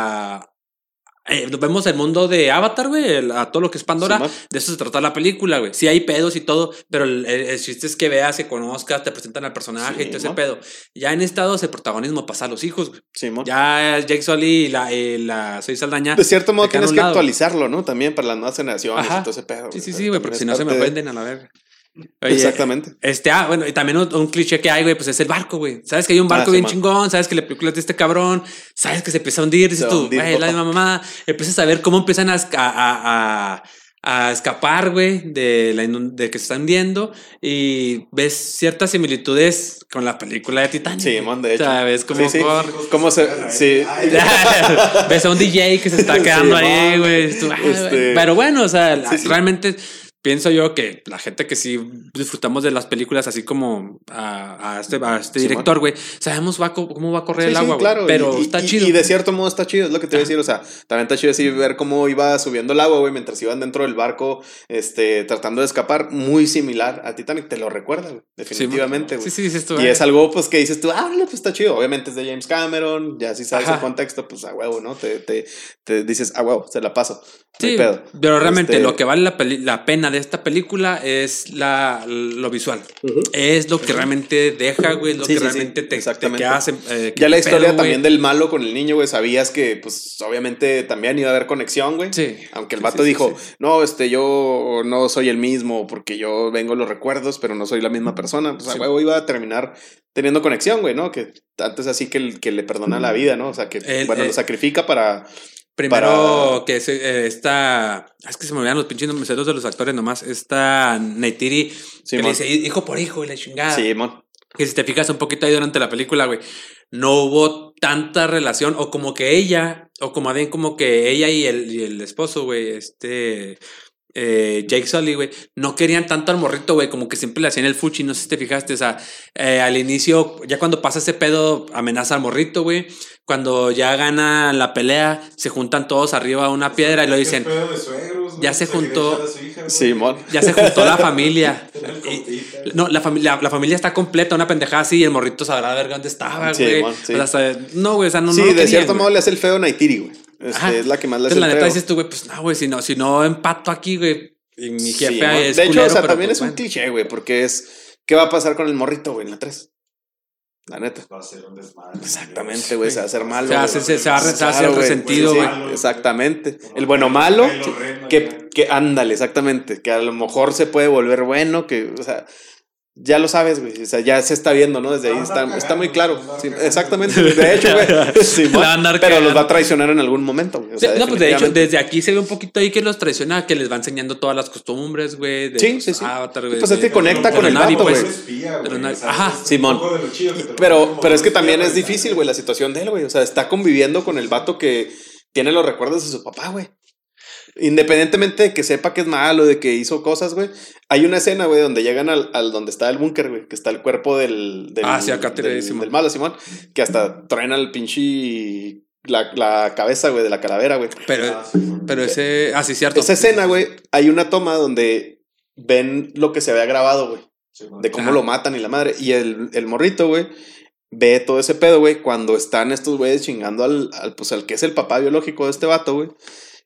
a eh, vemos el mundo de Avatar, güey, el- a todo lo que es Pandora. Simón. De eso se trata la película, güey. Sí hay pedos y todo, pero el, el- el chiste es que veas, que conozcas, te presentan al personaje y todo ese Simón. pedo. Ya en Estados el protagonismo pasa a los hijos, güey. Simón. Ya Jake Sully y la, y la Zoe Saldaña. De cierto modo se quedan a tienes un que lado. actualizarlo, ¿no? También para las nuevas generaciones Ajá. y todo ese pedo. Sí, sí, O sea, sí, güey, también porque es si no se me parte de- ofenden a la verga. Oye, Exactamente. Este, ah, bueno, y también un, un cliché que hay, güey, pues es el barco, güey. Sabes que hay un barco Ah, bien Simón. chingón, sabes que la película es de este cabrón, sabes que se empieza a hundir, dices Se va a tú, hundir, güey, la papá. misma mamada. Empiezas a ver cómo empiezan a, esca- a, a, a escapar, güey, de, la inun- de que se están hundiendo y ves ciertas similitudes con la película de Titanic. Sí, güey. man, de hecho. O sea, ves cómo Sí, sí. corre. ¿Cómo se.? Sí. Ves a un D J que se está quedando Sí, ahí, man. güey. Tú, ah, güey. Este- Pero bueno, o sea, la- Sí, sí. realmente pienso yo que la gente que sí disfrutamos de las películas, así como a, a este, a este Sí, director, güey, sabemos va co- cómo va a correr Sí, el sí, agua, güey. claro. Pero y, está y- chido. Y de cierto modo está chido, es lo que te voy a decir. O sea, también está chido así ver cómo iba subiendo el agua, güey, mientras iban dentro del barco, este, tratando de escapar. Muy similar a Titanic, te lo recuerda, güey. Definitivamente, güey. Sí, sí, dices tú. Y eh. es algo, pues, que dices tú, ah, vale, pues está chido. Obviamente es de James Cameron, ya si sabes Ajá. el contexto, pues a huevo, ¿no? Te, te, te dices, ah, huevo, se la paso. No hay Sí, pedo. pero realmente Este- lo que vale la, peli- la pena de esta película es la, lo visual. Es lo que realmente deja, güey, lo Sí, que sí, sí, realmente te, te exactamente. quedas, eh, que Ya la te historia pedo, también güey. del malo con el niño, güey, sabías que, pues, obviamente también iba a haber conexión, güey. Sí. Aunque el Sí, vato sí, sí, dijo, sí. no, este, yo no soy el mismo porque yo vengo de los recuerdos, pero no soy la misma persona. Pues, a Sí. huevo iba a terminar teniendo conexión, güey, ¿no? Que antes así que, el- que le perdona la vida, ¿no? O sea, que, El- bueno, eh, lo sacrifica para... Primero para- que se, eh, esta. Es que se me olvidan los pinches nombres de los actores nomás. Esta Neytiri que Sí, le mon. dice hijo por hijo y la chingada. Sí, mon. Que si te fijas un poquito ahí durante la película, güey, no hubo tanta relación, o como que ella, o como bien como que ella y el, y el esposo, güey, este. Eh, Jake Sully, güey, no querían tanto al morrito, güey, como que siempre le hacían el fuchi, no sé si te fijaste, o sea, eh, al inicio, ya cuando pasa ese pedo, amenaza al morrito, güey, cuando ya gana la pelea, se juntan todos arriba a una piedra y lo dicen, ¿Qué pedo de suegros, güey? ya se quería juntó- echar a su hija, güey. Sí, mon. ya se juntó la familia. Tener Y- compita. no, la, familia la familia está completa, una pendejada así, y el morrito sabrá ver dónde estaba, Sí, güey. mon, sí. O sea, hasta- no, güey, o sea, no, sí, no lo de querían, cierto güey. modo le hace el feo Neytiri, güey. Este, Ajá. es la que más le hace Entonces, la el neta feo. dices tú, güey, pues no, güey, si no, si no empato aquí, güey. Y mi Sí, jefe mon. es de hecho, culero, o sea, pero también pues, es un bueno. cliché, güey, porque es... ¿Qué va a pasar con el morrito, güey, en la tres? La neta. Va a ser un desmadre. Exactamente, güey. Se va a hacer malo. Se hace, se, se va a hacer resentido, güey. Sí, exactamente. El bueno malo, que, que ándale, exactamente. Que a lo mejor se puede volver bueno, que, o sea, ya lo sabes, güey. O sea, ya se está viendo, ¿no? Desde ahí está, está muy claro. Sí, exactamente. De hecho, güey. Sí, pero los va a traicionar en algún momento, güey. O sea, sí, no, pues de hecho, desde aquí se ve un poquito ahí que los traiciona, que les va enseñando todas las costumbres, güey. Sí, sí, sí. Avatar, güey. Pues es que conecta con el vato, güey. Ajá. Simón. Pero, pero es que también es difícil, güey, la situación de él, güey. O sea, está conviviendo con el vato que tiene los recuerdos de su papá, güey. Independientemente de que sepa que es malo, de que hizo cosas, güey. Hay una escena, güey, donde llegan al, al donde está el búnker, güey. Que está el cuerpo del... del ah, sí, acá del, del, del malo, Simón. Que hasta traen al pinche... La, la cabeza, güey, de la calavera, güey. Pero, ah, sí, pero ese... Ah, sí, cierto. Esa escena, güey, hay una toma donde ven lo que se había grabado, güey. Sí, de cómo ah. lo matan y la madre. Y el, el morrito, güey, ve todo ese pedo, güey, cuando están estos güeyes chingando al, al, pues, al que es el papá biológico de este vato, güey.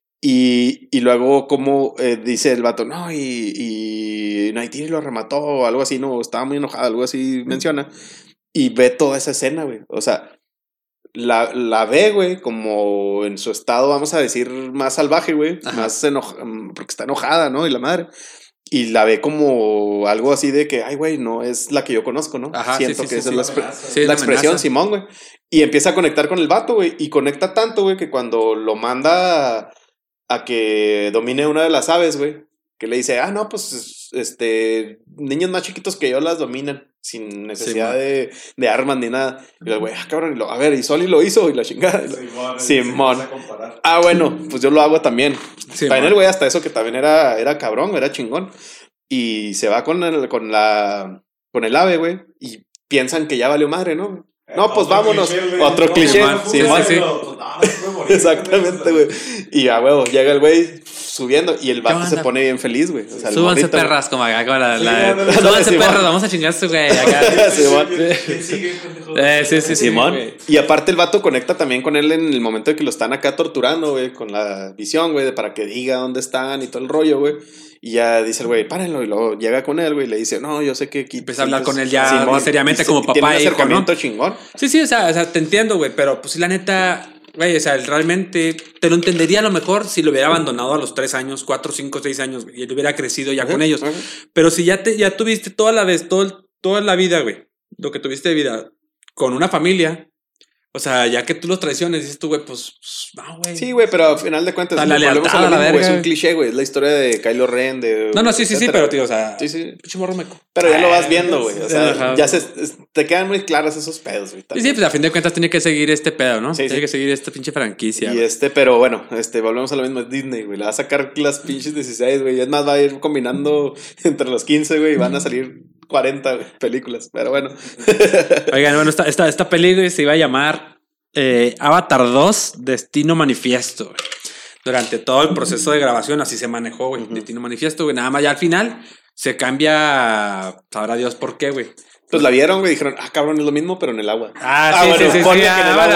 Y, y luego como eh, dice el vato, no, y, y Neytiri lo remató o algo así, no, estaba muy enojado, algo así menciona. Y ve toda esa escena, güey. O sea, la, la ve, güey, como en su estado, vamos a decir, más salvaje, güey. Más enojada, porque está enojada, ¿no? Y la madre. Y la ve como algo así de que, ay, güey, no es la que yo conozco, ¿no? Ajá, Siento sí, sí, que sí, esa sí, es la, expre- sí, la expresión, amenaza. Simón, güey. Y empieza a conectar con el vato, güey. Y conecta tanto, güey, que cuando lo manda a, a que domine una de las aves, güey, que le dice, ah, no, pues, este, niños más chiquitos que yo las dominan, sin necesidad sí, de, de armas ni nada. Y el güey, ah, cabrón, y lo, a ver, y Soli lo hizo, y la chingada. Simón. Simón. Ah, bueno, pues yo lo hago también. Sí, también el güey hasta eso que también era, era cabrón, era chingón. Y se va con el, con la, con el ave, güey, y piensan que ya valió madre, ¿no? No, pues otro vámonos. Cliché, otro no, cliché. Sí, sí, sí. Exactamente, güey. Y a huevo, llega el güey subiendo y el vato se pone bien feliz, güey. O sea, súbanse morrito, perras, como acá, como la. la sí, no, súbanse no, perras, vamos a chingarse, güey. Acá. Simón. eh, sí, sí, Simón. Sí, y aparte, el vato conecta también con él en el momento de que lo están acá torturando, güey, con la visión, güey, para que diga dónde están y todo el rollo, güey. Y ya dice el güey, párenlo. Y luego llega con él, güey, y le dice, no, yo sé que aquí. Empieza a hablar con él ya Simón, seriamente como papá y hijo, ¿no? Chingón. Sí, sí, o sea, o sea, te entiendo, güey, pero pues sí, la neta, güey, o sea, realmente te lo entendería a lo mejor si lo hubiera abandonado a los tres años, cuatro, cinco, seis años, güey, y él hubiera crecido ya uh-huh, con ellos. Uh-huh. Pero si ya te, ya tuviste toda la vez, todo, toda la vida, güey, lo que tuviste de vida con una familia. O sea, ya que tú los traiciones, dices tú, güey, pues, no, güey. Sí, güey, pero al final de cuentas, la lealtad a la mismo, verga, güey, es un cliché, güey. Es la historia de Kylo Ren, de... No, no, sí, sí, sí, pero, tío, o sea... Sí, sí. Pinche morro meco. Pero ya lo vas viendo, güey. O sea, ajá, ya se, te quedan muy claros esos pedos, güey. Sí, sí, pues a fin de cuentas tiene que seguir este pedo, ¿no? Sí, tiene sí. que seguir esta pinche franquicia. Y wey. este, pero bueno, este, volvemos a lo mismo, es Disney, güey. Le va a sacar las pinches dieciséis, güey. Es más, va a ir combinando entre los quince, güey, y van a salir cuarenta wey, películas. Pero bueno. Oigan, bueno, esta, esta, esta película se iba a llamar... Eh, Avatar dos, Destino Manifiesto, güey. Durante todo el proceso de grabación así se manejó, güey. Uh-huh. Destino Manifiesto, güey. Nada más ya al final se cambia, sabrá Dios por qué, güey. Pues la vieron, güey, dijeron, ah, cabrón, es lo mismo, pero en el agua. Ah, ah sí, bueno, sí, sí, ponle sí, que ah, en el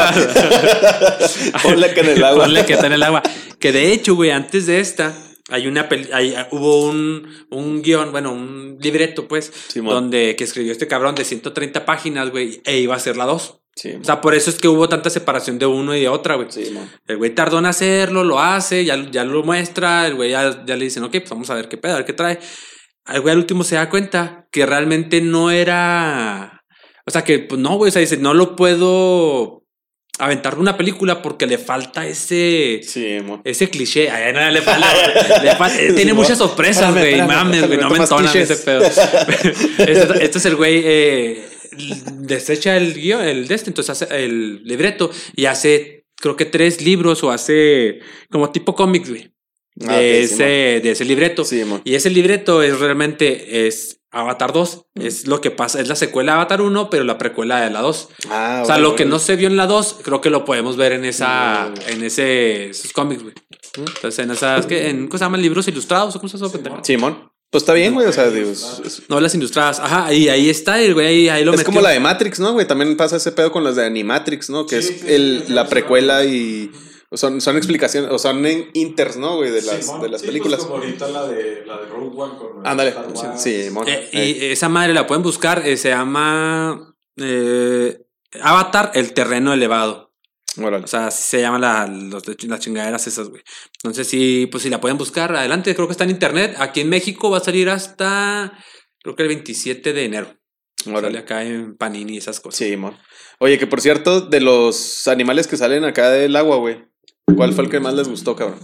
agua. Ponle que en el agua. Ponle que está en el agua. Que de hecho, güey, antes de esta, hay una peli- hay, hubo un, un guión, bueno, un libreto, pues, sí, donde que escribió este cabrón de ciento treinta páginas, güey, e iba a ser la dos. Sí, o sea, por eso es que hubo tanta separación de uno y de otra, güey. Sí, el güey tardó en hacerlo, lo hace, ya, ya lo muestra, el güey ya, ya le dicen, ok, pues vamos a ver qué pedo, a ver qué trae. El güey al último se da cuenta que realmente no era... O sea, que pues no, güey, o sea, dice, no lo puedo aventar una película porque le falta ese... Sí, mo. Ese cliché. Ay, no, le falta... le falta sí, tiene muchas sorpresas, güey, mames, güey, no me entonan ese pedo. este, este es el güey... Eh, desecha el guión, el de este, entonces hace el libreto y hace, creo que tres libros o hace como tipo cómics, güey, de, ah, okay, ese, sí, de ese libreto. Sí, y ese libreto es realmente es Avatar dos, mm. es lo que pasa, es la secuela de Avatar uno, pero la precuela de la dos. Ah, o sea, bueno, lo que bueno. no se vio en la dos, creo que lo podemos ver en esa, mm. en ese, esos cómics, güey. Entonces, en esas, ¿qué? En, ¿cómo se llaman? ¿Libros ilustrados o cómo se llama? Simón. Pues está bien, güey, o sea, digo... Es... Novelas ilustradas, ajá, y ahí está el güey, ahí, ahí lo Es metió. como la de Matrix, ¿no, güey? También pasa ese pedo con las de Animatrix, ¿no? Que sí, es el, la precuela y... Son, son explicaciones, o son inters, ¿no, güey? De las, sí, de las sí, películas. Pues como ahorita la de, la de Rogue One con... Ándale, sí, mon, eh, eh. Y esa madre la pueden buscar, eh, se llama... Eh, Avatar, el terreno elevado. Órale. O sea, así se llaman la, los, las chingaderas esas, güey. Entonces, sí, pues si la pueden buscar, adelante. Creo que está en internet. Aquí en México va a salir hasta, creo que el veintisiete de enero. Órale. Sale acá en Panini y esas cosas. Sí, mon. Oye, que por cierto, de los animales que salen acá del agua, güey, ¿cuál fue el que más les gustó, cabrón?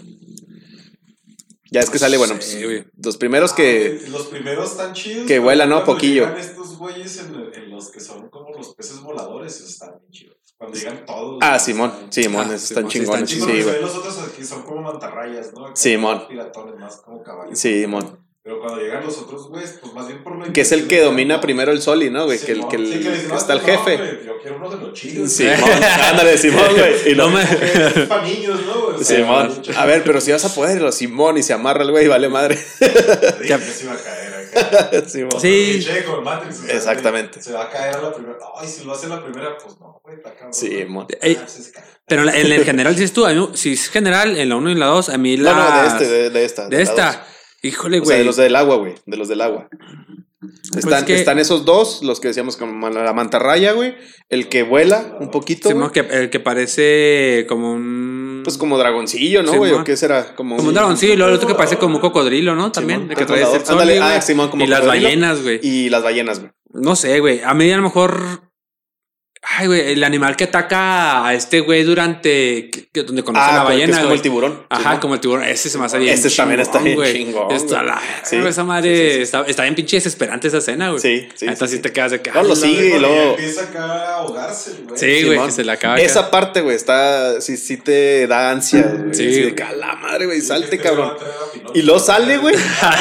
Ya es que sale, bueno, Sí, pues, güey. los primeros que... Ah, los primeros están chidos. Que vuelan, ¿no? Cuando Poquillo. llegan estos güeyes en, en los que son como los peces voladores, esos están bien chidos. Cuando llegan todos. Ah, Simón, Simón, Ah, esos están Simón, sí, chingones, están sí, Sí, güey. porque los otros aquí son como mantarrayas, ¿no? Acá Simón. son piratones, más como caballos. Simón. Pero cuando llegan los otros güeyes, pues más bien por lo Que es el que domina primero el Soli, ¿no, güey? Que el Simón. que, el, Sí, le dicen, que "No, está el no, jefe. güey, yo quiero uno de los chidos. Simón, ándale, Simón, güey. Y No lo- me- Es para niños, ¿no? O sea, Simón. A ver, pero si vas a poder, lo Simón, y se amarra el güey, vale madre. Dije que se iba a caer acá. Simón. Sí. Cliché con Matrix, o sea, Exactamente. Se va a caer a la primera. Ay, si lo hace la primera, pues no, güey, está cabrón. Simón. Ey, Ah, pues se cae. Pero en, la- en el general, si es tú, a mí- si es general, en la uno y la dos, a mí la. No, no, de este, de, de esta. De la esta. dos. Híjole, O sea, güey. de los del agua, güey. De los del agua. Están, es que- están esos dos, los que decíamos como la mantarraya, güey. El que vuela un poquito. Sí, güey. ¿no? que, el que parece como un. Pues como dragoncillo, ¿no, Sí, güey? mon. ¿O qué será? Como, Como un dragoncillo y luego el otro que parece como un cocodrilo, ¿no? También. Simón. El que trae ese Controlador. Ándale, sol, güey. ah, Simón, como y las cocodrilo. ballenas, güey. Y las ballenas, güey. No sé, güey. A mí a lo mejor. Ay, güey, el animal que ataca a este güey durante. Que, que- donde conoce a la Ah, que ballena, es como güey. el tiburón. Ajá, Simón. como el tiburón. Ese se me hace bien. Ese también está bien güey. chingón, Está güey. la. Sí. Esa madre Sí, sí, sí. Está, está bien pinche desesperante esa escena, güey. Sí, sí, Entonces sí, sí te quedas de que. No, lo ay, sigue y Cuando ya luego... empieza acá a ahogarse, el güey. Sí, güey, Simón. que se la acaba. acá. Esa parte, güey, está... Sí, sí te da ansia, güey. Sí, Sí, de güey. que a la madre, güey, Sí, salte, que te cabrón. va a traer a Pinocho. Y luego sale, güey.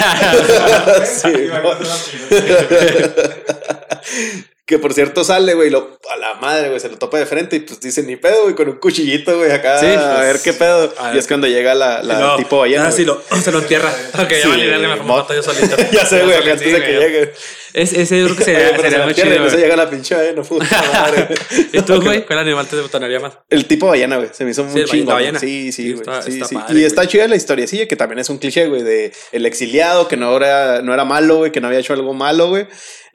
Sí, Sí, va a mon. traer a Pinocho. Que por cierto sale, güey, lo, a la madre, güey, se lo topa de frente y pues dice ni pedo, güey, con un cuchillito, güey, acá Sí, a pues, ver qué pedo. a Y ver. es cuando llega la, la No, tipo ballena. ah, sí, güey. lo, se lo entierra. Ok, ya Sí, vale, dale, me mo- mato yo solito. Ya sé, güey, acá Sí, antes de que güey. llegue. Es, ese yo creo que sería, Oye, pero se sería la muy pierde, chido, no se güey. llega la pinche ballena, puta madre. ¿Y tú, güey? ¿Cuál animal te botonaría más? El tipo ballena, güey, se me hizo Sí, muy el chingo. la ballena. Sí, sí, Sí, güey. está- Sí, está sí. padre, Y güey. está chida la historia, sí, que también es un cliché, güey, de el exiliado, que no era, no era malo, güey, que no había hecho algo malo, güey.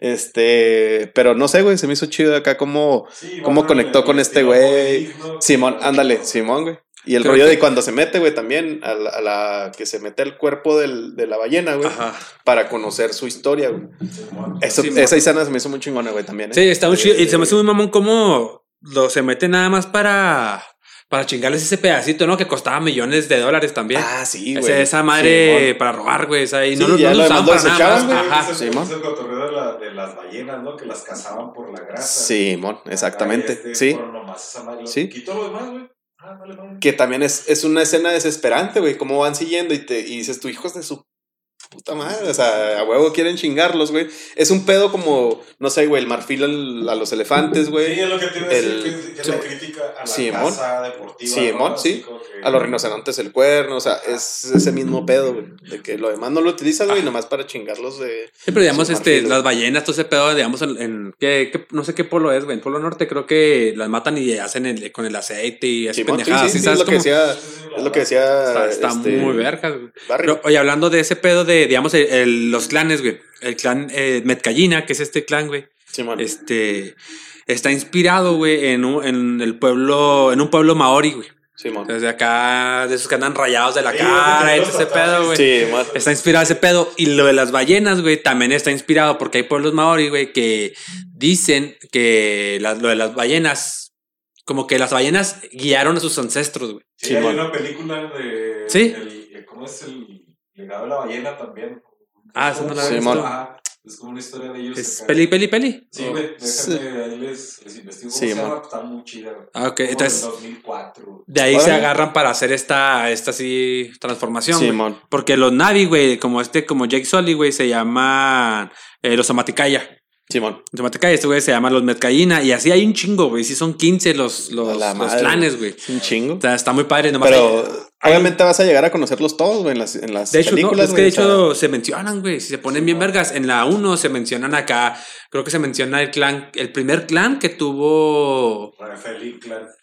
Este, pero no sé, güey, se me hizo chido acá cómo, Sí, cómo va, conectó el con este estilo güey. digno, Simón, que- ándale, Simón, güey. Y el Creo rollo que- de cuando se mete, güey, también, a la, a la que se mete el cuerpo del, de la ballena, güey, Ajá. para conocer su historia, güey. Simón. Eso, Simón. esa escena se me hizo muy chingona, güey, también. ¿eh? Sí, está muy chido. Y se me hace muy mamón cómo lo se mete nada más para, para chingarles ese pedacito, ¿no? Que costaba millones de dólares también. Ah, sí, Ese- güey. esa madre Simón. para robar, güey. Esa, y Sí, no, lo- ya no lo lo usaban demás lo para nada desechaban, más. güey. Ajá. Es el, Simón. es el cotorreo de, la, de las ballenas, ¿no? Que las cazaban por la grasa. Simón, exactamente. Acá, este, Sí. por nomás esa madre, Sí. Quitó lo demás, güey. Ah, vale, vale. Que también es, es una escena desesperante, güey. Cómo van siguiendo y, te, y dices, tu hijo es de su puta madre. O sea, a huevo quieren chingarlos, güey. Es un pedo como, no sé, güey, el marfil al- a los elefantes, güey. Sí, es lo que te iba a decir, El- que es, que es la crítica a la Simón. caza deportiva. Simón, ¿no? sí. Así como que- A los rinocerontes el cuerno, o sea, es ese mismo pedo, güey. De que lo demás no lo utilizas, güey, nomás para chingarlos de. Sí, pero digamos, su este, marfil, güey. las ballenas, todo ese pedo, digamos, en, en- ¿qué- qué- no sé qué polo es, güey. En Polo Norte creo que las matan y hacen el, con el aceite y así Simón, sí, pendejadas. sí, ¿sí sí, ¿sabes es lo que cómo? decía, es lo que decía. Está, está este, muy verga, güey. Barry. Pero, oye, hablando de ese pedo de, digamos, el- el- los clanes, güey. El clan eh, Metcallina, que es este clan, güey. Simón. Este está inspirado, güey, en un, en el pueblo, en un pueblo maori, güey. Simón. Desde acá, de esos que andan rayados de la Sí, cara y los todo ese tatuajes. pedo, güey. Sí, man. Está inspirado ese pedo. Y lo de las ballenas, güey, también está inspirado porque hay pueblos maori, güey, que dicen que la- lo de las ballenas, como que las ballenas guiaron a sus ancestros, güey. Sí, hay Simón. una película de. Sí. el- ¿Cómo es el legado de la ballena también? Ah, Es esa no como- la he visto. Ajá, es como una historia de ellos. Es acá. peli, peli, peli. Sí, güey, déjame, ahí les, les investigo cómo Sí, se man. llama, está muy chida, güey. Ah, ok, Como entonces- del dos mil cuatro. De ahí se Órale. agarran para hacer esta, esta así transformación. güey. Simón. Porque los Navi, güey, como este, como Jake Sully, güey, se llaman eh, los Amaticaya. Simón. Los Amaticaya, este güey se llama los Metcallina. Y así hay un chingo, güey. Sí, son quince los, A los, la los madre, clanes, güey. Es un chingo. O sea, está muy padre. Nomás Pero hay- obviamente vas a llegar a conocerlos todos, güey, en las, en las de hecho, no, películas. es que de güey, o sea, hecho se mencionan, güey. Si se ponen bien vergas. En la uno se mencionan acá. Creo que se menciona el clan, el primer clan que tuvo. Rafael Inclán.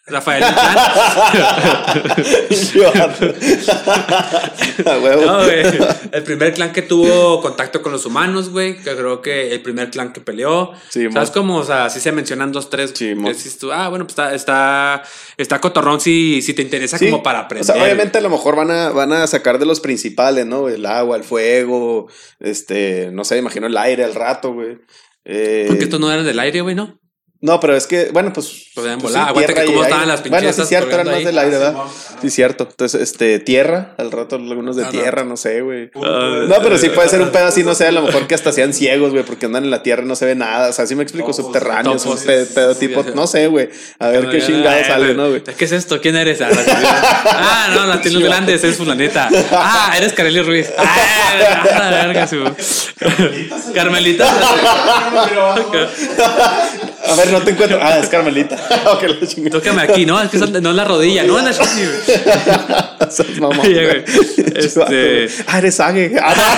Rafael Inclán. No, güey. El primer clan que tuvo contacto con los humanos, güey. Que creo que el primer clan que peleó. Sí, ¿sabes cómo? O sea, sí se mencionan dos, tres. Sí, que decís tú, ah, bueno, pues está, está, está cotorrón si, si te interesa sí. como para aprender. O sea, obviamente a lo mejor van a, van a sacar de los principales, ¿no? El agua, el fuego, este, no sé, imagino el aire al rato, güey. Eh, Porque estos no eran del aire, güey, ¿no? No, pero es que, bueno, pues. Podían pues volar. Sí, aguanta que cómo estaban las pinches. Bueno, sí, cierto, eran más del aire, ¿verdad? Sí, cierto. Entonces, este, tierra, al rato algunos de ah, tierra, no, no sé, güey. Uh, no, pero sí puede ser un pedo así, no sé, a lo mejor que hasta sean ciegos, güey, porque andan en la tierra y no se ve nada. O sea, sí me explico, no, subterráneos, un pedo, pedo tipo, no sé, güey. A ver qué chingado sale, ¿no, güey? ¿Qué es esto? ¿Quién eres? Ah, no, las tiendas grandes, es fulaneta. Ah, eres Kareli Ruiz. Ah, la verga, su. Carmelita. A ver, no te encuentro. Ah, es Carmelita. Okay, tócame aquí, ¿no? Es que son, no es la rodilla, no es la chichi, güey. Oye, este... Ah, eres Sage.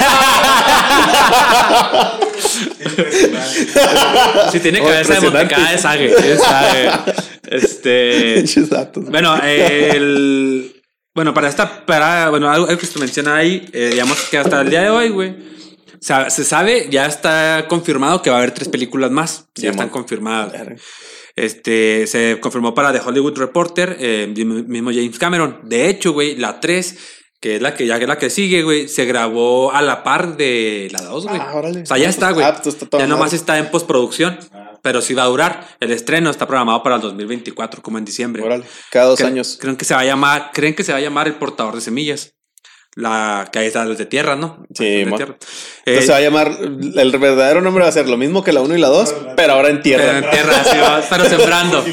Si tiene cabeza de Montecada, es Sage. Es Sage. Este. Bueno, el. Bueno, para esta. Para, bueno, algo, algo que se menciona ahí, eh, digamos que hasta el día de hoy, güey. O sea, se sabe, ya está confirmado que va a haber tres películas más. Ya sí, están man. confirmadas. Este, se confirmó para The Hollywood Reporter, eh, mismo James Cameron. De hecho, güey, la tres, que es la que ya es la que sigue, güey, se grabó a la par de la dos, güey. Ah, órale. O sea, ya está, güey. Ah, está ya nomás está en postproducción. Ah. Pero sí va a durar. El estreno está programado para el dos mil veinticuatro, como en diciembre. Órale. Cada dos Cre- años. Creen que se va a llamar, creen que se va a llamar El Portador de Semillas. La que ahí está los de tierra, ¿no? Sí, de tierra. Entonces eh, se va a llamar, el verdadero nombre va a ser lo mismo que la uno y la dos, pero ahora en tierra. Pero en tierra, sí, va, pero sembrando.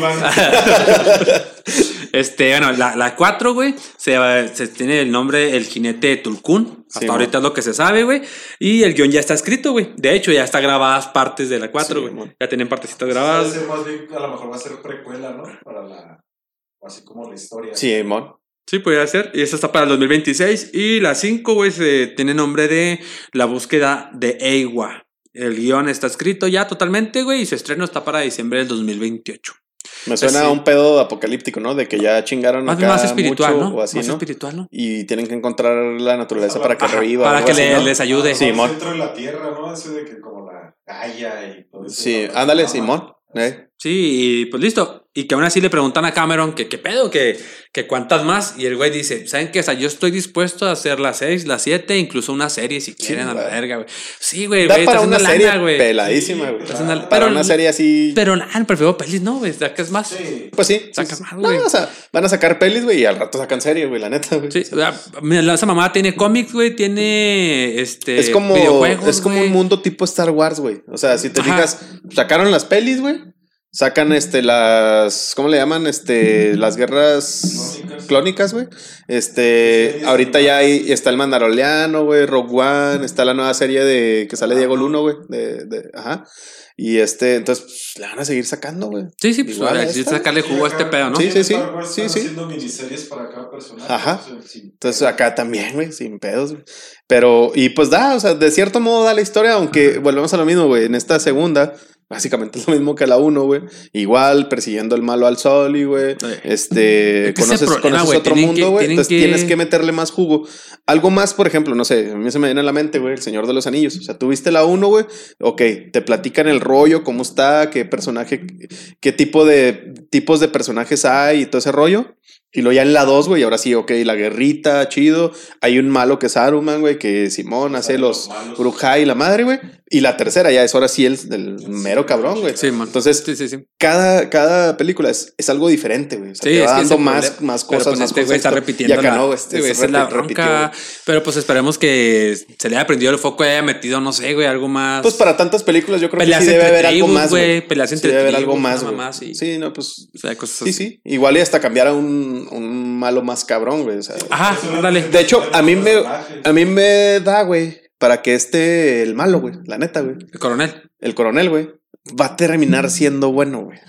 Este, bueno, la, la cuatro, güey, se, se tiene el nombre El Jinete de Tulkún. Hasta sí, ahorita man. es lo que se sabe, güey. Y el guión ya está escrito, güey. De hecho, ya está grabadas partes de la cuatro, güey. Sí, ya tienen partecitas grabadas. Sí, más bien, a lo mejor va a ser precuela, ¿no? Para la, así como la historia. Sí, mon. Sí, podría ser. Y eso está para el dos mil veintiséis. Y la cinco, güey, se tiene nombre de La Búsqueda de Eywa. El guión está escrito ya totalmente, güey. Y su estreno está para diciembre del dos mil veintiocho. Me suena a un pedo apocalíptico, ¿no? De que ya chingaron más, acá más espiritual, mucho, ¿no? o así, más ¿no? espiritual, ¿no? Y tienen que encontrar la naturaleza para que Ajá, reviva. Para que así, le, ¿no? les ayude. Ah, Simón. Dentro de la tierra, ¿no? Eso de que como la Gaia y todo eso. Sí, ándale, Simón. ¿Eh? Sí, y pues listo. Y que aún así le preguntan a Cameron que qué pedo, que, que cuántas más. Y el güey dice, ¿saben qué? O sea, yo estoy dispuesto a hacer las seis, las siete, incluso una serie si quieren, sí, a la verga, güey. Sí, güey, da güey. para una serie lana, peladísima, güey. Sí, una, para una serie así. Pero nada, prefiero pelis, ¿no, güey? ¿Sacas más? Sí. Pues sí. Sacas sí, más, güey. No, o sea, van a sacar pelis, güey, y al rato sacan serie, güey, la neta, güey. Sí, o sea, esa mamá tiene cómics, güey, tiene este. Es como, es como un mundo tipo Star Wars, güey. O sea, si te Ajá. fijas, sacaron las pelis, güey. Sacan este las ¿cómo le llaman? Este las guerras clónicas, güey. Este, sí, ahorita ya hay, está el Mandaloriano, güey, Rogue One, está la nueva serie de que sale Diego Luna, güey, de, de ajá. Y este, entonces pues, le van a seguir sacando, güey. Sí, sí, pues igual sí, sacarle jugo a este pedo, ¿no? Sí, sí, sí. Sí, sí. haciendo miniseries para cada personaje. Ajá. Entonces acá también, güey, sin pedos, güey. Pero, y pues da, o sea, de cierto modo da la historia, aunque volvemos a lo mismo, güey. En esta segunda, básicamente es lo mismo que la uno, güey. Igual, persiguiendo el malo al sol y, güey. Este, conoces, problema, conoces wey, otro mundo, güey. Entonces que... tienes que meterle más jugo. Algo más, por ejemplo, no sé, a mí se me viene a la mente, güey, El Señor de los Anillos. O sea, tú viste la uno, güey. Ok, te platican el rollo, cómo está, qué personaje, qué tipo de tipos de personajes hay y todo ese rollo. Y luego ya en la dos, güey, ahora sí, ok, la guerrita, chido. Hay un malo que es Saruman, güey, que Simón hace los Uruk-hai y la madre, güey. Y la tercera ya es ahora sí el, el mero cabrón, güey. Sí, man. Entonces, sí, sí, sí. Cada, cada película es, es algo diferente, güey. O sea, sí, te va es dando más, más cosas, pues más este cosas. Está repitiendo. Y acá la, no, este, güey, es la bronca. Pero pues esperemos que se le haya prendido el foco y haya metido, no sé, güey, algo más. Pues para tantas películas yo creo Peleas que sí debe haber algo más, güey. Peleas entre sí debe haber tribus, algo más, güey. Sí. sí, no, pues. O sea, cosas sí, así. sí. Igual y hasta cambiar a un, un malo más cabrón, güey. O sea, ajá, dale. De hecho, a mí me, a mí me da, güey, para que esté el malo, güey. La neta, güey. El coronel. El coronel, güey. Va a terminar siendo bueno, güey.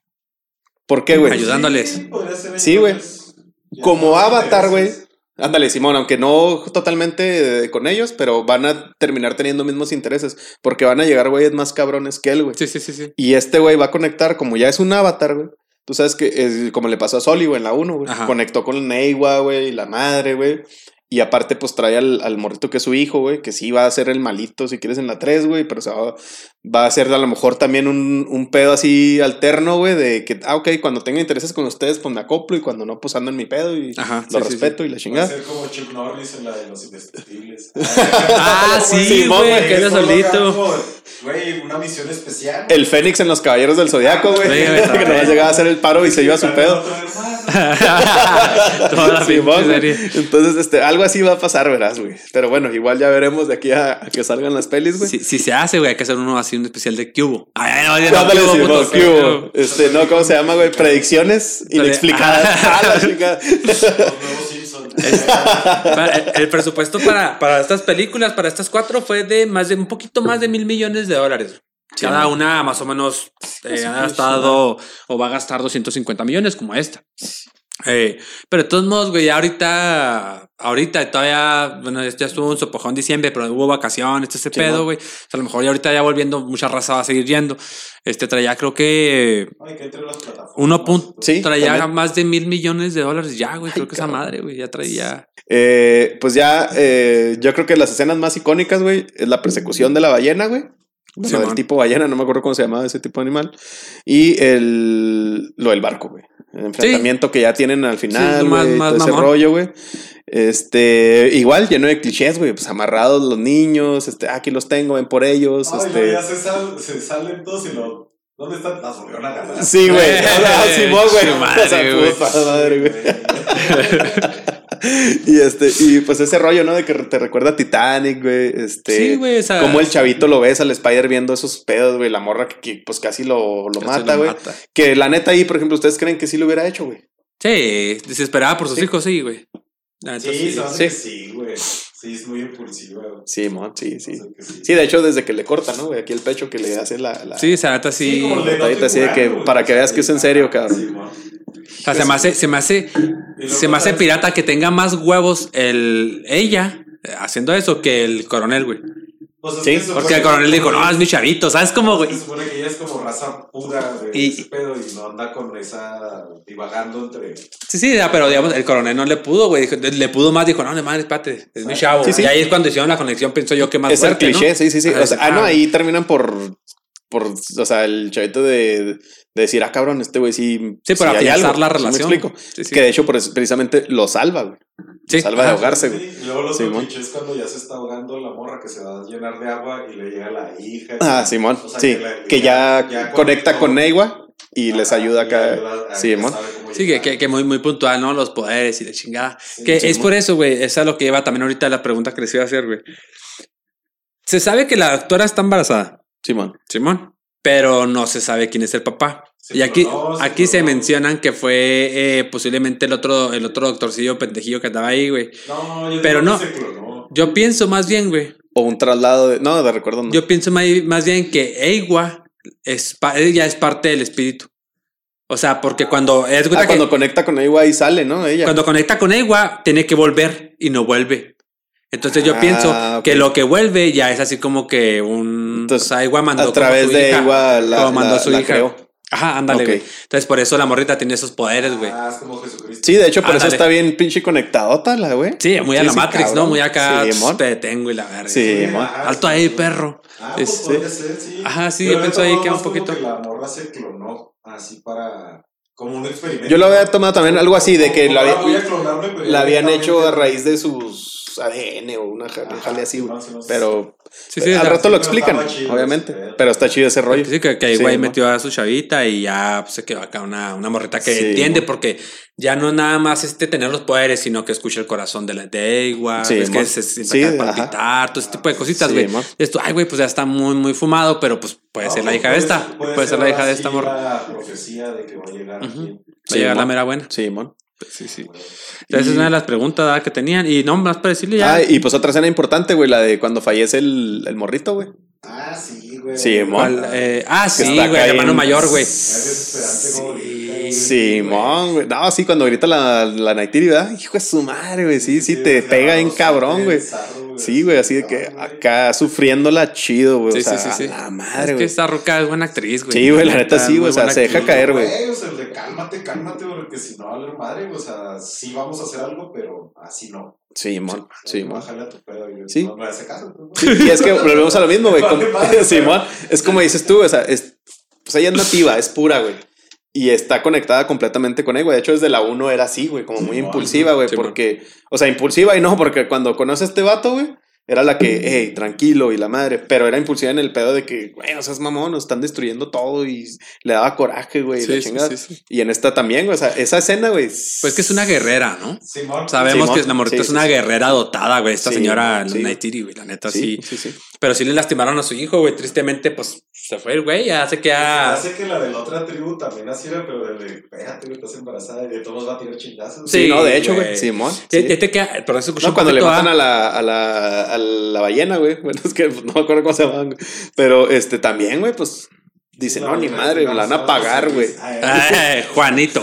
¿Por qué, güey? Ayudándoles. Sí, güey. Como Avatar, güey. Ándale, Simón, aunque no totalmente con ellos, pero van a terminar teniendo mismos intereses. Porque van a llegar güeyes más cabrones que él, güey. Sí, sí, sí, sí. Y este güey va a conectar, como ya es un Avatar, güey. Tú sabes que es como le pasó a Soli, güey, en la uno, güey. Ajá. Conectó con Neywa, güey, y la madre, güey. Y aparte, pues trae al, al morrito que es su hijo, güey, que sí va a ser el malito, si quieres, en la tres, güey, pero o sea, va, va a ser a lo mejor también un, un pedo así alterno, güey, de que, ah, ok, cuando tenga intereses con ustedes, pues me acoplo, y cuando no, pues ando en mi pedo y Ajá, lo sí, sí, respeto sí. y la chingada. Va a ser como Chuck Norris en la de Los Indestructibles. Ah, sí, Simón, güey, güey, que era Es como solito. como, Güey, una misión especial. El Fénix en los Caballeros del Zodiaco, güey, Sí, güey, que nomás llegaba a hacer el paro y se iba a su pedo. Toda la Simón, pinche güey. serie. Entonces, este, algo así va a pasar, verás, güey. Pero bueno, igual ya veremos de aquí a, a que salgan las pelis, güey. Si, si se hace, güey, hay que hacer uno así, un especial de Cubo. Ay, no, no, no, Ándale, Cubo, Simón, puto, ¿qué hubo? Cubo. Este, no, ¿cómo se llama, güey? Predicciones inexplicadas. Ah, la chingada. Los nuevos Simpsons. Para- El, el presupuesto para, para estas películas, para estas cuatro, fue de más de un poquito más de mil millones de dólares. Cada una más o menos eh, ha gastado o va a gastar doscientos cincuenta millones como esta. Eh, pero de todos modos, güey, ya ahorita, ahorita todavía, bueno, ya estuvo un sopojón en diciembre, pero hubo vacaciones, este Sí, pedo, ¿no? güey. O sea, a lo mejor ya ahorita ya volviendo, mucha raza va a seguir yendo. Este traía, creo que Ay, que entre las plataformas. uno punto, Sí, traía también. más de mil millones de dólares ya, güey. Ay, Creo que cabrón. esa madre, güey, ya traía. Eh, pues ya, eh, yo creo que las escenas más icónicas, güey, es la persecución de la ballena, güey. Bueno, Simón. del tipo ballena, no me acuerdo cómo se llamaba ese tipo de animal. Y el, lo del barco, güey. El enfrentamiento que ya tienen al Sí, final, es lo más- güey, más todo ese mamón. rollo, güey. Este, igual lleno de clichés, güey, pues amarrados los niños, este, ah, aquí los tengo, ven por ellos, Ay, este. no, ya se, sal- se salen todos y lo. ¿Dónde están? Las volvieron a ganar. Sí, güey. Eh, Ah, Simón, güey. su madre, O sea, güey. puta madre, güey. Y este, y pues ese rollo, ¿no? De que te recuerda a Titanic, güey. Este. Sí, güey, o sea, como el chavito lo ves al Spider viendo esos pedos, güey. La morra que, que, pues casi lo, lo casi mata, lo güey. mata. Que la neta ahí, por ejemplo, ¿ustedes creen que sí lo hubiera hecho, güey? Sí, desesperada por sus Sí. hijos, sí, güey. La neta, Sí, sí. se me hace que Sí. sí, güey. Sí, es muy impulsiva, güey. Sí, mon, sí, sí. Se me hace que sí. Sí, de hecho, desde que le corta, ¿no, güey? Aquí el pecho que le hace la. la Sí, o sea, la neta sí. Sí, como el de- ahorita así de que, jugando, güey. para que veas que es en serio, cabrón. Sí, man. O sea, se me hace, se me hace, Y luego, se me hace ¿sabes? pirata que tenga más huevos el ella eh, haciendo eso que el coronel, güey. Pues es Sí, que se Porque supone el coronel que- dijo, no, es mi chavito, ¿sabes cómo, güey? Se supone que ella es como raza pura de Y- ese pedo y no anda con esa divagando entre. Sí, sí, ya, pero digamos, el coronel no le pudo, güey. Dijo- Le pudo más, dijo, no, de madre, espérate, es mi chavo. Sí, sí. Y ahí es cuando hicieron la conexión, pienso yo que más Es el fuerte, cliché, ¿no? sí, sí, sí. Ajá, O sea, dice, ah, no, ah, ahí terminan por, por, o sea, el chavito de, de decir, ah, cabrón, este güey sí. Sí, para hay afianzar algo. la ¿Sí me relación. explico? Sí, sí. Que de hecho, por eso, precisamente lo salva, güey. Sí, Salva de ajá. ahogarse, güey. Sí, y luego los Simón. clichés cuando ya se está ahogando la morra que se va a llenar de agua y le llega la hija. Ah, Simón, O sea, sí. la- Que ya, ya conecta conectó. con Neywa y les Ajá, ayuda y acá. ayuda a- Simón. sabe cómo Sí, que, llegar. que, que muy, muy puntual, ¿no? Los poderes y la chingada. Sí, que sí, es mo- por eso, güey. Esa es lo que lleva también ahorita la pregunta que les iba a hacer, güey. Se sabe que la doctora está embarazada, Simón. Simón, pero no se sabe quién es el papá. Se y aquí, clonó, se aquí se clonó. mencionan que fue eh, posiblemente el otro, el otro doctorcillo pendejillo que andaba ahí, güey. No, yo Pero digo no. que se clonó. Yo pienso más bien, güey. O un traslado de. No, de recuerdo no. Yo pienso más, más bien que Eiwa es, pa- ella es parte del espíritu. O sea, porque cuando es Ah, cuando conecta con Neywa y sale, ¿no? Ella. Cuando conecta con Eiwa, tiene que volver y no vuelve. Entonces yo Ah, pienso ok. que lo que vuelve ya es así como que un... Entonces, o sea, Eiwa mandó a como través su de hija, Eiwa la, como mandó la- a su la hija. creó. Ajá, ándale, Ok. güey. Entonces por eso la morrita tiene esos poderes, güey. Ah, es como Jesucristo. Sí, de hecho, por eso Ándale. está bien pinche conectadota la güey. Sí, muy a la Matrix, cabrón. ¿no? Muy acá, Sí, tss, mon. te detengo y la verga. Sí, Sí, mon. ajá, Alto sí, ahí, sí. perro. Ah, Es- pues podría ser, sí. Ajá, sí, Yo yo lo pienso había ahí tomado que un más como poquito... que la morra se clonó así para. Como un experimento. Yo lo había tomado también algo así de que Como, la, ah, había- voy a clonarme, pero la habían directamente- hecho a raíz de sus A D N o una ja- Ajá, jale así, güey. no, sí, no sé. Pero Sí, sí, al o sea, rato lo sí, pero explican, estaba chido obviamente. ese pedo. Pero está chido ese rollo. Sí, que, que Sí, güey mo. metió a su chavita y ya pues, se quedó acá una, una morrita que Sí, entiende mo. porque ya no nada más este tener los poderes, sino que escucha el corazón de la de Eiwa, Sí, ves mo. que se siente Sí, acá ajá. palpitar, todo ese tipo de cositas, Sí, güey. mo. Esto, ay, güey, pues ya está muy, muy fumado, pero pues puede No, ser la pues hija de puede esta, ser- puede, ser la hija de esta así morra. La profecía de que va a llegar Ujú. aquí. Va a Sí, llegar la mo. mera buena. Sí, mon. Sí, sí. Bueno, Entonces Y- es una de las preguntas ¿verdad? que tenían. Y no, más para decirle ya. Ah, y pues otra escena importante, güey, la de cuando fallece el, el morrito, güey. Ah, sí, güey. Sí, mo. ¿Cuál? Eh, ah, sí, está güey, acá el hermano en- mayor, güey. Es desesperante como grita, güey. Simón, güey. No, sí, cuando grita la, la Neytiri, ¿verdad? Hijo de su madre, güey. Sí, sí, te desgarrador, pega en cabrón, güey. zarro, güey. Sí, güey, así de que acá sufriéndola chido, güey. Sí, o sea, sí, sí, sí. la madre, es güey. que esta Ruca es buena actriz, güey. Sí, güey, la neta sí, güey. O sea, se deja caer, güey. O sea, el de cálmate, cálmate, porque si no va a valer madre, o sea, sí vamos a hacer algo, pero así no. Sí, mon. Sí, mon. Bájale a tu pedo y Sí. no me hace caso. ¿No? Sí, y es que volvemos a lo mismo, güey. Sí, mon. Es como dices tú, o sea, es, pues ella es nativa, es pura, güey. Y está conectada completamente con él, güey. De hecho, desde la uno era así, güey. Como muy Sí, impulsiva, güey. Sí, porque, o sea, impulsiva y no, porque cuando conoce a este vato, güey, era la que, hey, tranquilo y la madre. Pero era impulsiva en el pedo de que, güey, o sea, es mamón, nos están destruyendo todo y le daba coraje, güey. Sí, la sí, chingada. sí, sí. Y en esta también, güey. O sea, esa escena, güey. Pues que es una guerrera, ¿no? Simón. Sabemos Simón. que la morrita Sí, es sí, una sí. guerrera dotada, güey. Esta Sí, señora sí. Neytiri, güey. La neta, sí. Sí, sí, sí. Pero sí le lastimaron a su hijo, güey. Tristemente, pues se fue el güey. Ya se Se queda. hace que la de la otra tribu también así era, pero de espérate, güey, estás embarazada y de todos va a tirar chingazos. Sí, Sí, no, de hecho, güey. güey. Simón. Ya, Sí. ya te queda. Pero eso escuchó No, cuando le poquito, matan ¿ah? a la, a la, a la ballena, güey. Bueno, es que no me acuerdo cómo se llaman, güey. Pero este también, güey, pues dice, no, ni madre, me la van a pagar, güey. Ay, Juanito.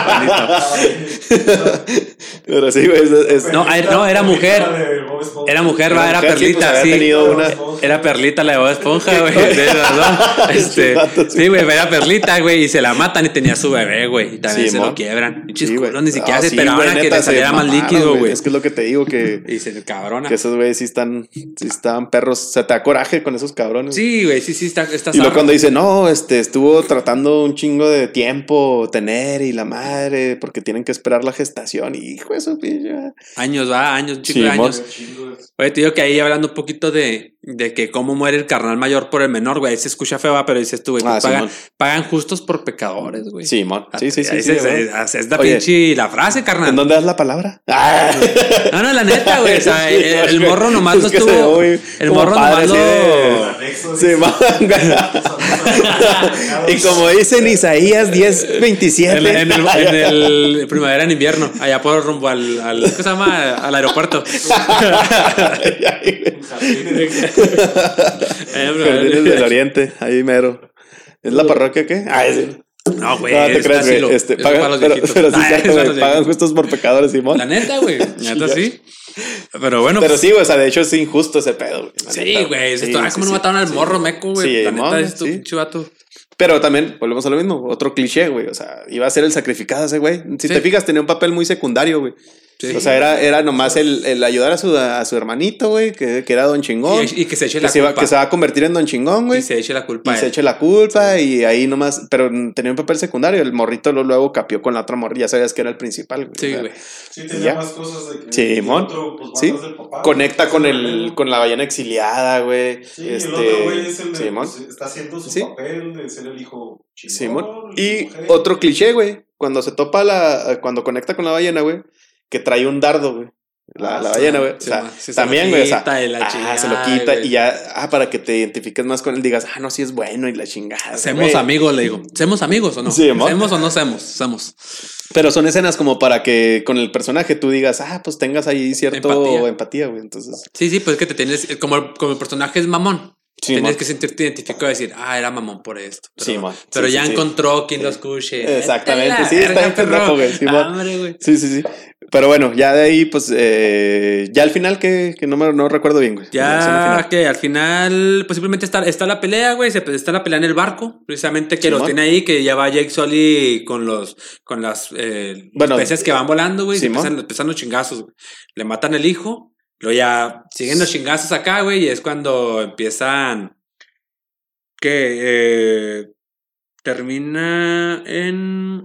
Pero sí, güey. Es, es- No, era- no, era mujer. Era mujer, va, era mujer, sí, pues, Perlita, había sí. tenido una- Era Perlita la de Bob Esponja, güey. De esas, ¿no? Este, vato, sí. sí, güey, era Perlita, güey, y se la matan y tenía su bebé, güey. Y también Sí, se mon. lo quiebran. Pinches Sí, güey. culos, ni siquiera Ah, se sí, esperaban güey, a que neta, le se saliera más mamaron, líquido, güey. Es que es lo que te digo, que, Y se cabrona. que esos güeyes sí están, sí están perros. O sea, te da coraje con esos cabrones. Sí, güey, sí, sí, está, está Y luego zarro. cuando dice, no, este, estuvo tratando un chingo de tiempo tener y la madre, porque tienen que esperar la gestación. Y hijo de su pinche. Años, va, años, un chico Sí, de mon. años. Oye, te digo que ahí hablando un poquito de, de que cómo muere el carnal mayor por el menor, güey. Ahí se escucha feo, va, pero dices tú, güey, Ah, pues pagan, Simón. pagan justos por pecadores, güey. Sí, mon. Sí, sí, sí. Ahí sí, se- güey. es, es la Oye, pinche la frase, ¿En carnal. dónde das la palabra? Ah. No, no, la neta, güey. O sea, el, el güey. morro nomás Es lo que se estuvo. ve muy- El como morro padre, nomás así lo. de- Sí, mon. Y como dice en Isaías diez En, veintisiete. en el, en el primavera en invierno, allá por rumbo al, al ¿qué se llama? Al aeropuerto. Jardines del Oriente, ahí mero. ¿Es la parroquia qué? Ah, sí. No, güey. No, te es creas, asilo. güey. Este, Es pagan- para los pero, viejitos. pero sí, Ah, cierto, es para güey, los pagan viejitos. justos por pecadores, Simón. La neta, güey. La neta sí. Pero bueno. Pero pues, sí, güey, o sea, de hecho es injusto ese pedo, güey. la Sí, neta, güey. Sí, Esto, ah, sí, ¿cómo no sí, mataron al sí. morro meco, güey? Sí, La neta, mames, es tu sí. pinche vato. Pero también, volvemos a lo mismo, otro cliché, güey. O sea, iba a ser el sacrificado ese güey. Si Sí. te fijas, tenía un papel muy secundario, güey. Sí. O sea, era, era nomás el, el ayudar a su, a su hermanito, güey, que, que era Don Chingón. Y, y que se eche que, la se iba- culpa. que se va a convertir en Don Chingón, güey. Y se eche la culpa. Y a se él. eche la culpa y ahí nomás, pero tenía un papel secundario. El morrito lo, luego capió con la otra morrilla. Ya sabías que era el principal, güey. Sí, O sea, güey. Sí, Ya. tenía más cosas de que. Simón. y otro, pues, Sí. bandas del papá, Conecta güey, con que el es con la ballena exiliada, güey. Sí, este, el otro güey es el de, Simón. pues, está haciendo su Sí. papel de ser el hijo chingón. Simón. el Y mujer. otro cliché, güey. Cuando se topa la. Cuando conecta con la ballena, güey. Que trae un dardo, güey. La, Ah, la sí, ballena, güey. O sí, sea, man. Sí, se también, lo güey. O sea, quita y la ah, chingada, se lo quita güey. y ya. Ah, para que te identifiques más con él, digas, ah, no, sí es bueno y la chingada. ¿Hacemos güey. amigos? Le digo. ¿Hacemos amigos o no? Sí, amor. ¿Hacemos o no hacemos? Hacemos. Pero son escenas como para que con el personaje tú digas, ah, pues tengas ahí cierto Empatía. empatía, güey. Entonces. Sí, sí, pues es que te tienes. Como el, como el personaje es mamón. Sí, tienes mon. que sentirte identificado y decir, ah, era mamón por esto. Pero, Sí, mon. pero Sí, ya sí, sí. encontró quien lo escuche. Exactamente, Vete a la sí, está verga, bien pendejo, perro. güey, sí, Ah, mon. hombre, güey. Sí, sí, sí. Pero bueno, ya de ahí, pues, eh, ya al final que, que no me no recuerdo bien, güey. La escena Ya final. que al final, pues simplemente está, está la pelea, güey. se- Está la pelea en el barco. Precisamente que los Simón. tiene ahí, que ya va Jake Sully con los, con las eh, Bueno, peces que van volando, güey. Se Simón. empiezan, empiezan los chingazos, güey. Le matan el hijo. Luego ya siguen los chingazos acá, güey. Y es cuando empiezan. Que eh, termina en.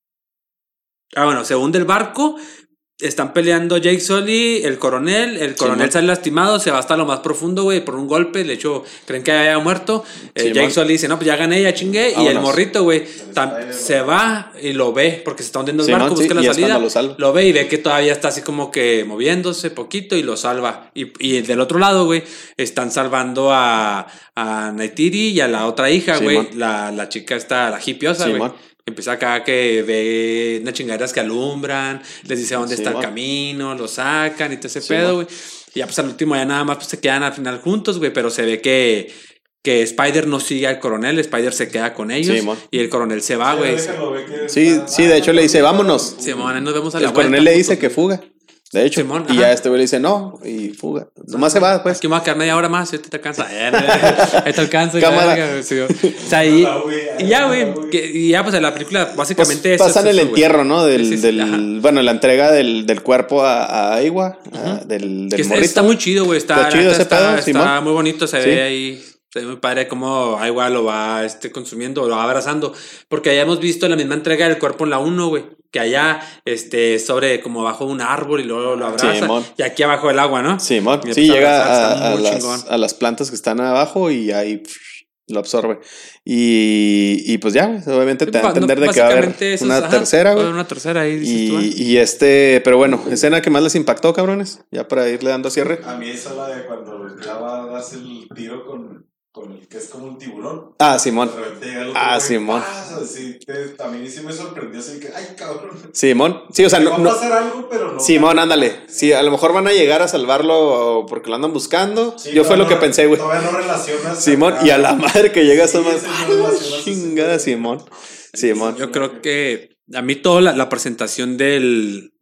Ah, bueno, se hunde el barco. Están peleando Jake Sully, el coronel. El coronel Simón. sale lastimado, se va hasta lo más profundo, güey, por un golpe. De hecho, creen que haya muerto. Eh, Simón. Jake Sully dice: No, pues ya gané, ya chingué. Y el Vámonos. morrito, güey, tam- se va y lo ve porque se está hundiendo el Simón, barco, sí, busca la y es salida. cuando lo salva. Lo ve y ve que todavía está así como que moviéndose poquito y lo salva. Y, y del otro lado, güey, están salvando a, a Neytiri y a la otra hija, güey. Simón. La, la chica está, la hipiosa, güey. Simón. Empieza acá que ve unas chingaderas que alumbran, les dice dónde está el Simón. camino, lo sacan y todo ese Simón. pedo, güey. Y ya pues al último ya nada más pues se quedan al final juntos, güey, pero se ve que, que Spider no sigue al coronel, Spider se queda con ellos Simón. y el coronel se va, güey. déjalo, ve que Sí, está- sí, de hecho le dice, vámonos. Simón, ahí nos vemos a El la coronel vuelta, le dice putos, que güey. fuga. De hecho, Simón, y ajá. ya este güey le dice no, y fuga. Nomás se va, pues. Aquí me voy a quedar media hora más, y te alcanza. Ahí te alcanza. Cámara. Verga, sí, o sea, y, y ya, güey. Y ya, pues, la película básicamente pues es. pasan es, el eso, entierro, ¿no? Del, Sí, sí, del ajá. bueno, la entrega del, del cuerpo a, a Iwa, uh-huh. del, del que morrito. Está muy chido, güey. Está, está chido ese está, pedo, está Simón. muy bonito, se sí. ve ahí. Se ve muy padre cómo Iwa lo va este, consumiendo, lo va abrazando. Porque allá hemos visto la misma entrega del cuerpo en la uno, güey. Que allá, este, sobre como bajo un árbol y luego lo abraza. Simón. Y aquí abajo del agua, ¿no? Simón. Y Sí, llega a, a, a, las, a las plantas que están abajo y ahí pff, lo absorbe. Y, y pues ya, obviamente te da a entender de que va a haber una es, tercera, güey. Una tercera ahí. Y, y este, pero bueno, escena que más les impactó, cabrones. Ya para irle dando cierre. A mí esa la de cuando ya va a darse el tiro con, con el que es como un tiburón. Ah, Simón. De repente llega el otro Ah, güey, Simón. pasa, sí, te, también sí me sorprendió, así que, ay, cabrón. Simón. Sí, o sea, no. no. Va a pasar algo, pero no. Simón, ándale. Sí, a lo mejor van a llegar a salvarlo porque lo andan buscando. Sí, Yo fue lo no, que pensé, güey. Todavía no relacionas. Simón, a, y a la madre que llega sí, más. No chingada, Simón. Simón. Yo creo que a mí toda la, la presentación del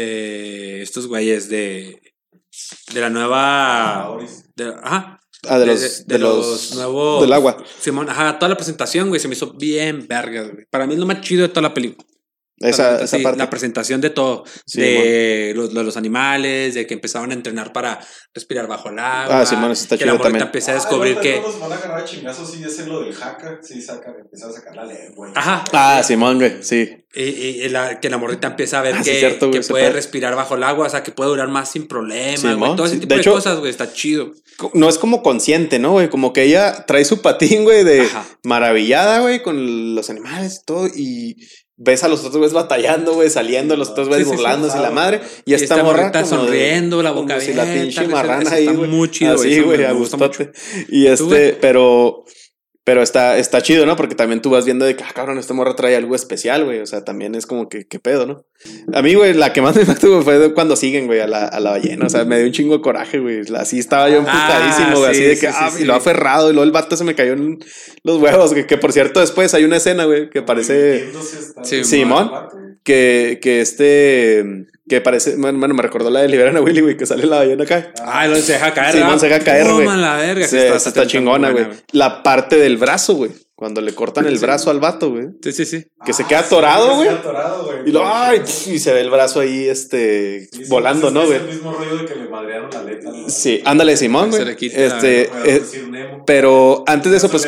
de estos güeyes de de la nueva de, ajá Ah, de los, de, de, de los, los nuevos del agua. Simón, ajá, toda la presentación, güey, se me hizo bien vergas, güey. Para mí es lo más chido de toda la película. Esa, neta, esa sí, parte. La presentación de todo, sí, de los, los animales, de que empezaban a entrenar para respirar bajo el agua. Ah, Simón, eso está que chido la morrita también. empieza a descubrir ah, que los van a agarrar a chingazos, sí, es en lo del hacker, sí, sacan, empiezan a sacar la lengua. Ajá. Ah, Simón, güey, sí. Y, y, y la, que la morrita empieza a ver ah, que, sí, cierto, güey, que puede respirar bajo el agua, o sea, que puede durar más sin problema, sí, güey. Todo ese tipo de, de hecho, cosas, güey, está chido. No es como consciente, ¿no, güey? Como que ella trae su patín, güey, de Ajá. maravillada, güey, con los animales y todo, y ves a los otros güeyes batallando, güey, saliendo, los otros güeyes sí, burlándose sí, sí, y la madre, y, y esta morra está sonriendo, de, la boca abierta, si la pinche marrana ahí, güey. Muy chido, así, güey, a gustote. Y este, pero... Pero está, está chido, ¿no? Porque también tú vas viendo de que, ah, cabrón, esta morra trae algo especial, güey. O sea, también es como que, qué pedo, ¿no? A mí, güey, la que más me impactó fue cuando siguen, güey, a la, a la ballena. O sea, me dio un chingo de coraje, güey. Así estaba yo emputadísimo, güey. Ah, sí, así de que, sí, ah, sí, y sí. lo aferrado. Y luego el vato se me cayó en los huevos, güey. Que por cierto, después hay una escena, güey, que parece... Sí, Simón. Que, que este... Que parece, bueno, me recordó la de Liberan a Willy, güey, que sale la ballena acá. Ah, lo se deja caer, sí, man, se deja caer, güey. la verga. Se, está, está, está chingona, güey. La parte del brazo, güey. Cuando le cortan el brazo al vato, güey. Sí, sí, sí. Que ah, se queda atorado, güey. Se queda atorado, güey. Y lo, ay, y se ve el brazo ahí, este, sí, volando, ¿no, güey? Es el mismo rollo de que le madrearon la letra. ¿No? Sí, ándale, Simón, güey. Este, eh, pero antes de eso, pues.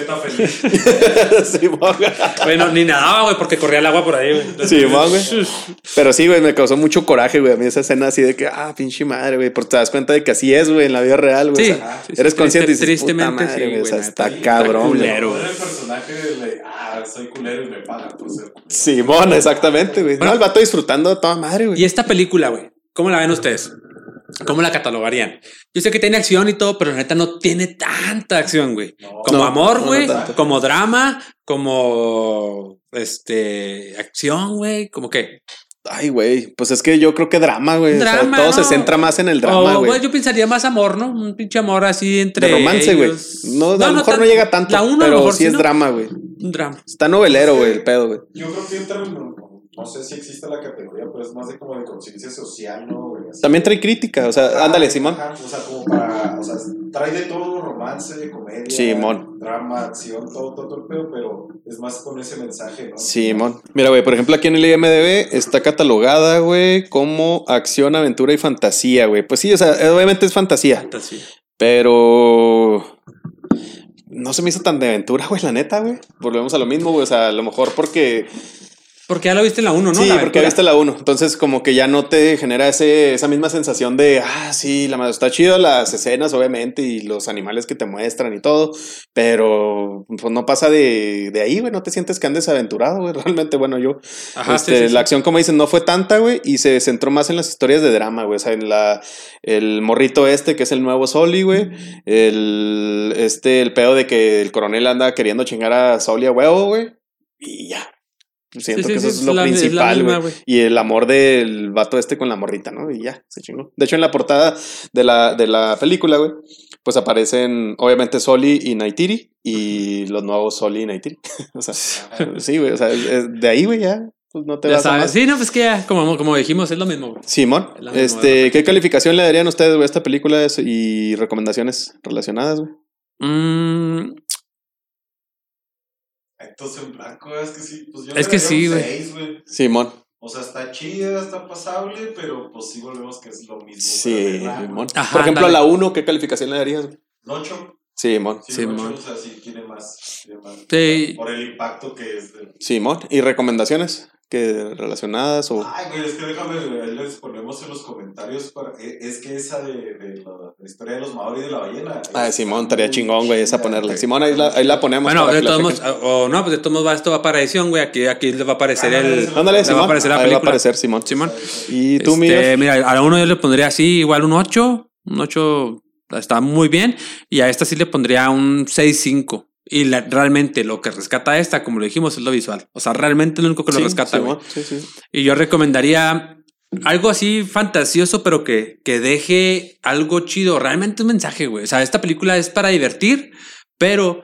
Simón. Bueno, ni nadaba, güey, porque corría el agua por ahí, güey. Simón, güey. Pero sí, güey, me causó mucho coraje, güey. A mí esa escena así de que, ah, pinche madre, güey. Porque te das cuenta de que así es, güey, en la vida real, güey. Sí, o sea, sí, eres sí, consciente y dices, tristemente, puta madre, sí, güey. O sea, güey, está está cabrón, culero. El personaje de, ah, soy culero y me pagan por ser culero. Simón, exactamente, güey. Bueno, no, el vato disfrutando de toda madre, güey. Y esta película, güey, ¿cómo la ven ustedes? ¿Cómo la catalogarían? Yo sé que tiene acción y todo, pero la neta no tiene tanta acción, güey. No, como no, amor, güey, no, no como drama, como este acción, güey, como que. Ay, güey, pues es que yo creo que drama, güey. Drama, o sea, todo no. se centra más en el drama, güey. Oh, yo pensaría más amor, ¿no? Un pinche amor así entre. De romance, güey. No, no, a lo mejor no, no llega tanto, la uno, pero mejor, sí es no, drama, güey. Un drama. Está novelero, güey, el pedo, güey. Yo creo que en términos. No sé si existe la categoría, pero es más de como de conciencia social, ¿no, güey? Así también trae crítica, o sea, ah, ándale, Simón. Ajá, o sea, como para, o sea, trae de todo, romance, comedia, Simón. Drama, acción, todo, todo, todo el pedo, pero es más con ese mensaje, ¿no? Simón. Mira, güey, por ejemplo, aquí en el I M D B está catalogada, güey, como acción, aventura y fantasía, güey. Pues sí, o sea, obviamente es fantasía. Fantasía. Pero... no se me hizo tan de aventura, güey, la neta, güey. Volvemos a lo mismo, güey, o sea, a lo mejor porque... Porque ya lo viste en la uno, ¿no? Sí, porque ya viste la uno. Entonces, como que ya no te genera ese, esa misma sensación de, ah, sí, la madre está chido, las escenas, obviamente, y los animales que te muestran y todo. Pero, pues no pasa de, de ahí, güey. No te sientes que andes aventurado, güey. Realmente, bueno, yo. Ajá, este, sí, sí, la sí. acción, como dicen, no fue tanta, güey. Y se centró más en las historias de drama, güey. O sea, en la. El morrito este, que es el nuevo Sully, güey. El. Este, el pedo de que el coronel anda queriendo chingar a Sully a huevo, güey. Y ya. Siento sí, que sí, eso sí, es lo la, principal, güey. Y el amor del vato este con la morrita, ¿no? Y ya, se chingó. De hecho, en la portada de la, de la película, güey, pues aparecen, obviamente, Sully y Neytiri y los nuevos Sully y Neytiri. O sea, sí, güey, o sea, de ahí, güey, ya. pues no te Ya vas a sabes. más. Sí, no, pues que ya, como, como dijimos, es lo mismo, güey. Simón, Es la misma, este, güey. ¿qué calificación le darían ustedes, güey, a esta película y recomendaciones relacionadas, güey? Mm, Entonces en blanco, es que sí, pues yo Es le que daría sí, un güey. seis, güey. Simón. O sea, está chida, está pasable, pero pues sí volvemos que es lo mismo. Sí, pero de Simón. Ajá, Por ejemplo, a ándale. la uno, ¿qué calificación le darías, güey? Un ocho. Simón. Sí, Sí, un ocho, mon. o sea, sí tiene más. Tiene más Sí. Por el impacto que es del... Simón. ¿Y recomendaciones? ¿Qué relacionadas o...? Ay, güey, es que déjame, ahí les ponemos en los comentarios. Para, eh, es que esa de, de la, la historia de los Maori de la ballena. Ah, Simón, estaría muy chingón, güey, esa chida, ponerla. güey. Simón, ahí la, ahí la ponemos. Bueno, para de que la todos modos, chequen. o no, pues de todos modos va, esto va para edición, güey. Aquí, aquí les va a aparecer Ah, el. ándale, Ándale, le va a Simón. aparecer la Ahí va a película. aparecer, Simón. Simón. ¿Y tú, Este, Miguel? Mira, a la uno yo le pondría así, igual un ocho. Un ocho está muy bien. Y a esta sí le pondría un seis cinco. Y la- realmente lo que rescata a esta, como lo dijimos, es lo visual. O sea, realmente lo único que lo Sí, rescata, güey. Simón, sí, sí. Y yo recomendaría algo así fantasioso, pero que, que deje algo chido. Realmente un mensaje, güey. O sea, esta película es para divertir, pero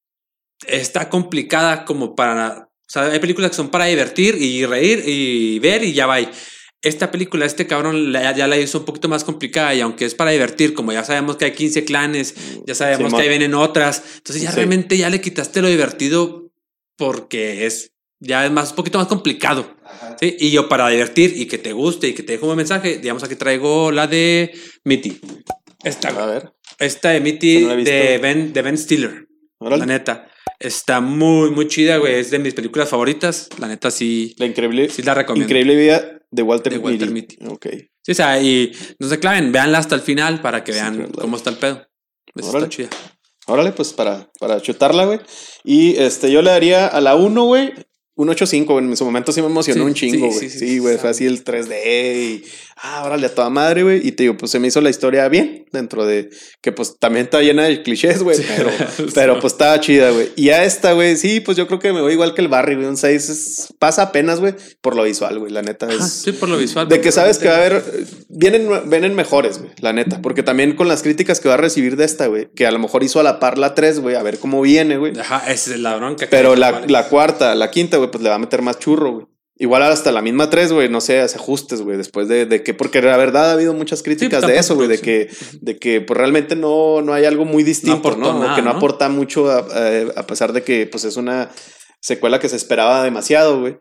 está complicada como para... O sea, hay películas que son para divertir y reír y ver y ya va. Esta película, este cabrón la- ya la hizo un poquito más complicada y aunque es para divertir, como ya sabemos que hay quince clanes, ya sabemos Simón. que ahí vienen otras, entonces ya Sí. realmente ya le quitaste lo divertido porque es ya es más un poquito más complicado. Ajá. Sí, y yo para divertir y que te guste y que te deje un buen mensaje, digamos aquí traigo la de Mitty. Esta, A ver, esta de Mitty No la he visto. de Ben, de Ben Stiller. órale. La neta. Está muy, muy chida, güey. Es de mis películas favoritas. La neta sí, La increíble, sí la recomiendo. increíble vida de Walter, De Walter Mitty. Ok. Sí, o sea, y no se claven, véanla hasta el final para que Sí, vean claro. cómo está el pedo. Esa Órale. está chida. Órale, pues para, para chutarla, güey. Y este, yo le daría a la uno, güey, un ocho cinco, güey. En su momento sí me emocionó Sí, un chingo, sí, güey. sí, Sí, sí, güey, sí, fue así el tres D y... Ah, órale, a toda madre, güey. Y te digo, pues se me hizo la historia bien, dentro de... Que pues también está llena de clichés, güey. Sí. Pero, pero pues estaba chida, güey. Y a esta, güey, sí, pues yo creo que me voy igual que el Barry, güey. Un seis es- pasa apenas, güey, por lo visual, güey. La neta es... Ajá, sí, por lo visual. De que sabes que va a haber, vienen, vienen mejores, güey, la neta. Porque también con las críticas que va a recibir de esta, güey, que a lo mejor hizo a la par la tres, güey, a ver cómo viene, güey. Ajá, ese es la bronca. Pero que- la, vale. la cuarta, la quinta, güey, pues le va a meter más churro, güey. Igual hasta la misma tres, güey, no sé, hace ajustes, güey, después de, de que, porque la verdad ha habido muchas críticas Sí, de eso, güey, de que, tampoco, de que pues realmente no, no hay algo muy distinto, aportó ¿no? nada, O que no, ¿no? aporta mucho a, a- a pesar de que, pues es una secuela que se esperaba demasiado, güey.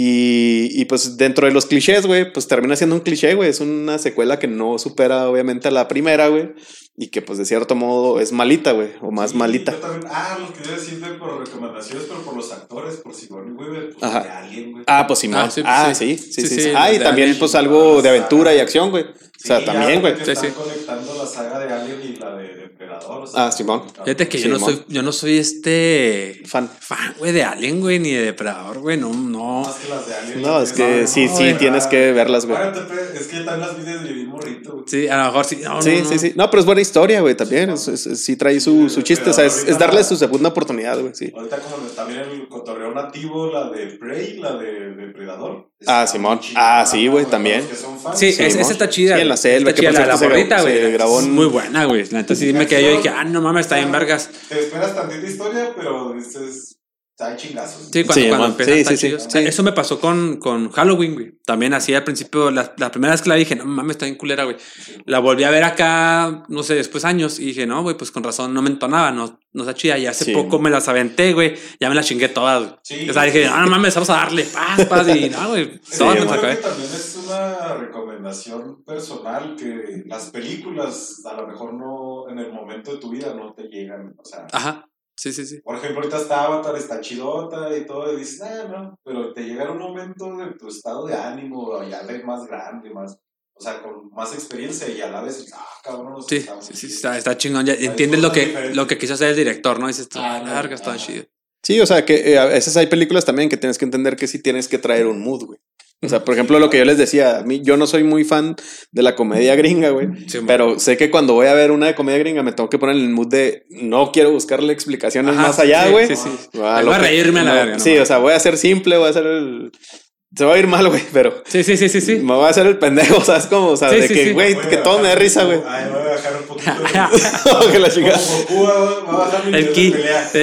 Y, y pues dentro de los clichés, güey, pues termina siendo un cliché, güey. Es una secuela que no supera, obviamente, a la primera, güey. Y que, pues, de cierto modo es malita, güey. O más Sí, malita. yo también- ah, lo que iba a decir de por recomendaciones, pero por los actores, por Sigourney Weaver, pues Ajá. de Alien, güey. Ah, pues Simón. Ah, sí, Ah, pues, sí, sí. sí, sí. Sí, sí. sí, Ah, y de también, Alien, pues, la algo de saga. aventura y acción, güey. O sea, Sí, también, ya güey. que Sí, están sí. conectando la saga de Alien y la de Depredador. O sea, Ah, Simón. Fíjate que Sí, yo no mon. soy, yo no soy este Fan. fan, güey, de Alien, güey, ni de Depredador, güey, no, no. Más que las de Alien. No, es que tienes- sí, no, sí, güey. tienes que verlas, güey. Bueno, te- es que también las vi desde bien morrito, güey. Sí, a lo mejor sí. No, Sí, no, sí, no. sí. No, pero es buena historia, güey, también. Es- es- es- sí trae su, su chiste. O sea, es, es darle su segunda oportunidad, güey, sí. Ahorita como también el cotorreo nativo, la de Prey, la de Depredador. Ah, Está Simón. muy chingona, Ah, sí, güey, para también. los que son fans. Sí, Sí, es- mon. esa está chida. Sí, en la güey. selva, Está que chida, por la, la cierto se morrita, grabó- güey. se grabó Es en- muy buena, güey. La neta sí me quedé yo y dije, ah, no mames, está bien vergas. Te esperas tantita historia, pero este es... Hay chingazos. Sí, cuando, Sí, cuando mon. empieza Sí, está sí, sí, chido. sí. Eso me pasó con, con Halloween, güey. También así al principio, la, la primera vez que la vi, dije, no mames, está bien culera, güey. La volví a ver acá, no sé, después años, y dije, no, güey, pues con razón no me entonaba, no, no está chida. Y hace Sí, poco mon. me las aventé, güey. Ya me las chingué todas, güey. Sí, O sea, dije, sí. ah, no mames, vamos a darle paz, paz. Y no, güey, Sí, todas yo me las creo acabé. que también es una recomendación personal que las películas a lo mejor no en el momento de tu vida no te llegan, o sea, Ajá, sí, sí, sí. por ejemplo ahorita está Avatar, está chidota y todo y dices, ah, no, pero te llega un momento de tu estado de ánimo ya de más grande, más, o sea, con más experiencia y a la vez, ah, cabrón, o sea, Sí, está muy sí, sí, chido. está, está chingón. Ya Hay entiendes lo cosas que, diferentes. lo que quiso hacer el director, ¿no? Dices, tú, Ah, ah, no, larga, está ajá. chido. Sí, o sea, que eh, a veces hay películas también que tienes que entender que sí tienes que traer un mood, güey. O sea, por ejemplo, lo que yo les decía, a mí, yo no soy muy fan de la comedia gringa, güey. Sí, Pero sé que cuando voy a ver una de comedia gringa me tengo que poner en el mood de no quiero buscarle explicaciones Ajá, más allá, sí, güey. sí, sí. Ah, Me lo voy a que- reírme a la no, verga, no Sí, mames. o sea, voy a ser simple, voy a hacer el... Se va a ir mal, güey, pero... Sí, sí, sí, sí, sí. Me voy a hacer el pendejo, ¿sabes cómo? O sea, sí, de sí, que, güey, sí. que todo me dé risa, güey. Ay, voy a bajar un poquito. Que la chingada. Como Goku va a bajar mi el kit.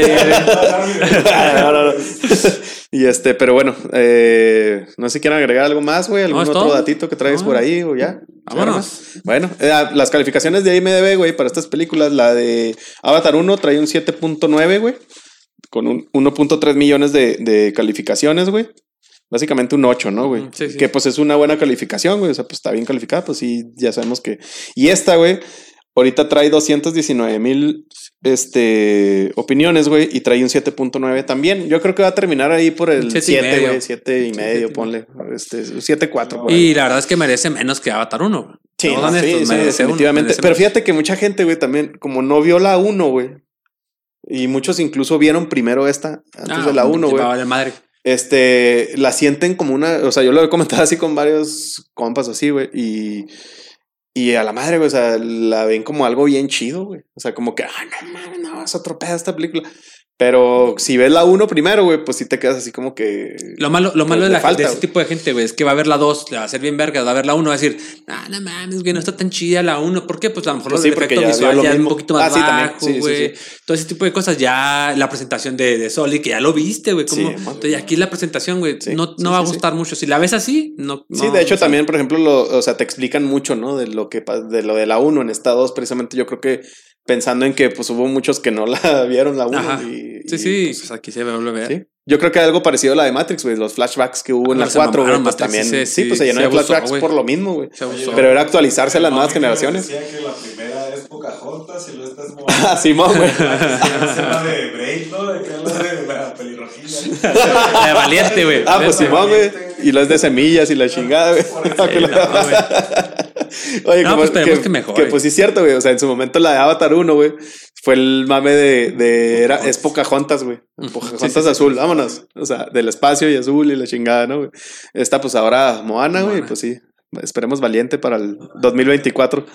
no, no, no. Y este, pero bueno, eh, no sé si quieren agregar algo más, güey. ¿Algún no, otro todo? datito que traigas no. por ahí o ya? Vámonos. Bueno, eh, las calificaciones de I M D B, güey, para estas películas, la de Avatar uno trae un siete punto nueve, güey. Con un uno punto tres millones de, de calificaciones, güey. Básicamente un ocho, ¿no, güey? Sí, sí. Que pues es una buena calificación, güey. O sea, pues está bien calificada, pues sí, ya sabemos que... Y esta, güey, ahorita trae doscientos diecinueve mil este, opiniones, güey, y trae un siete punto nueve también. Yo creo que va a terminar ahí por el siete, güey. siete y medio, ponle. Este, siete cuatro. Y la verdad es que merece menos que Avatar uno. Sí, no, sí, sí, definitivamente. Uno, pero fíjate que mucha gente, güey, también, como no vio la uno, güey, y muchos incluso vieron primero esta antes ah, de la uno, güey. Vale madre. Este, la sienten como una, o sea, yo lo he comentado así con varios compas así, güey, y, y a la madre, güey, o sea, la ven como algo bien chido, güey. O sea, como que, ah, no mames, no, es otro pedo esta película. Pero si ves la uno primero, güey, pues sí te quedas así como que... Lo malo, lo malo de, la, falta, de ese tipo de gente, güey, es que va a ver la dos, le va a hacer bien verga, va a ver la uno, va a decir, ah, no mames, güey, no está tan chida la uno. ¿Por qué? Pues a lo mejor pues los sí, efectos visuales ya es un poquito más ah, bajo, güey. Sí, sí, sí, sí. Todo ese tipo de cosas, ya la presentación de, de Soli, que ya lo viste, güey. Sí, entonces, aquí la presentación, güey, sí, no, no sí, va a gustar sí. mucho. Si la ves así, no... Sí, no, de hecho no, también, por ejemplo, lo, o sea, te explican mucho, ¿no? De lo que de lo de la uno en esta dos, precisamente yo creo que pensando en que pues hubo muchos que no la vieron la uno. Y, sí, y, sí, pues, pues aquí se vuelve a ver. ¿sí? Yo creo que algo parecido a la de Matrix, güey. Los flashbacks que hubo en la cuatro, güey, pues también. Sí, sí, pues se llenó de flashbacks wey. por lo mismo, güey. Pero era actualizarse a las nuevas generaciones. Decían que la primera es Pocahontas y luego esta es Moana. Ah, Simón, güey. La de Brave, ¿no? De que es la de la pelirrojilla. De Valiente, güey. Ah, pues Simón, güey. Y lo es de semillas y la chingada, güey. Oye, no, como, pues que, que mejor. Que pues sí es cierto, güey. O sea, en su momento la de Avatar uno, güey, fue el mame de, de era, es Pocahontas, güey. Pocahontas sí, sí, azul, sí, vámonos. O sea, del espacio y azul y la chingada, ¿no, güey? Esta, pues ahora Moana, güey, pues sí. Esperemos Valiente para el dos mil veinticuatro.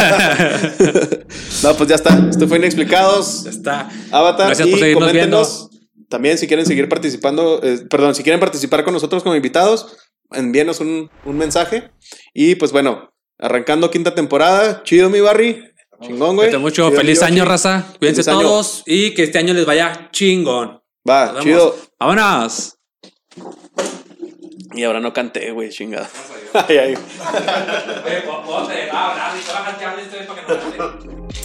No, pues ya está. Esto fue Inexplicados. Ya está. Avatar. Gracias y por seguirnos coméntenos viendo. También si quieren seguir participando, eh, perdón, si quieren participar con nosotros como invitados, envíenos un, un mensaje. Y pues bueno, arrancando quinta temporada. Chido, mi Barry. Chingón, güey. Mucho. Chido, feliz año, raza. Cuídense feliz todos. Año. Y que este año les vaya chingón. Va, chido. Vámonos. Y ahora no canté, güey, chingada. Ay, ay. Oye, ¿puedo te va a hablar? ¿Y te vas a cantar esto para que no cante?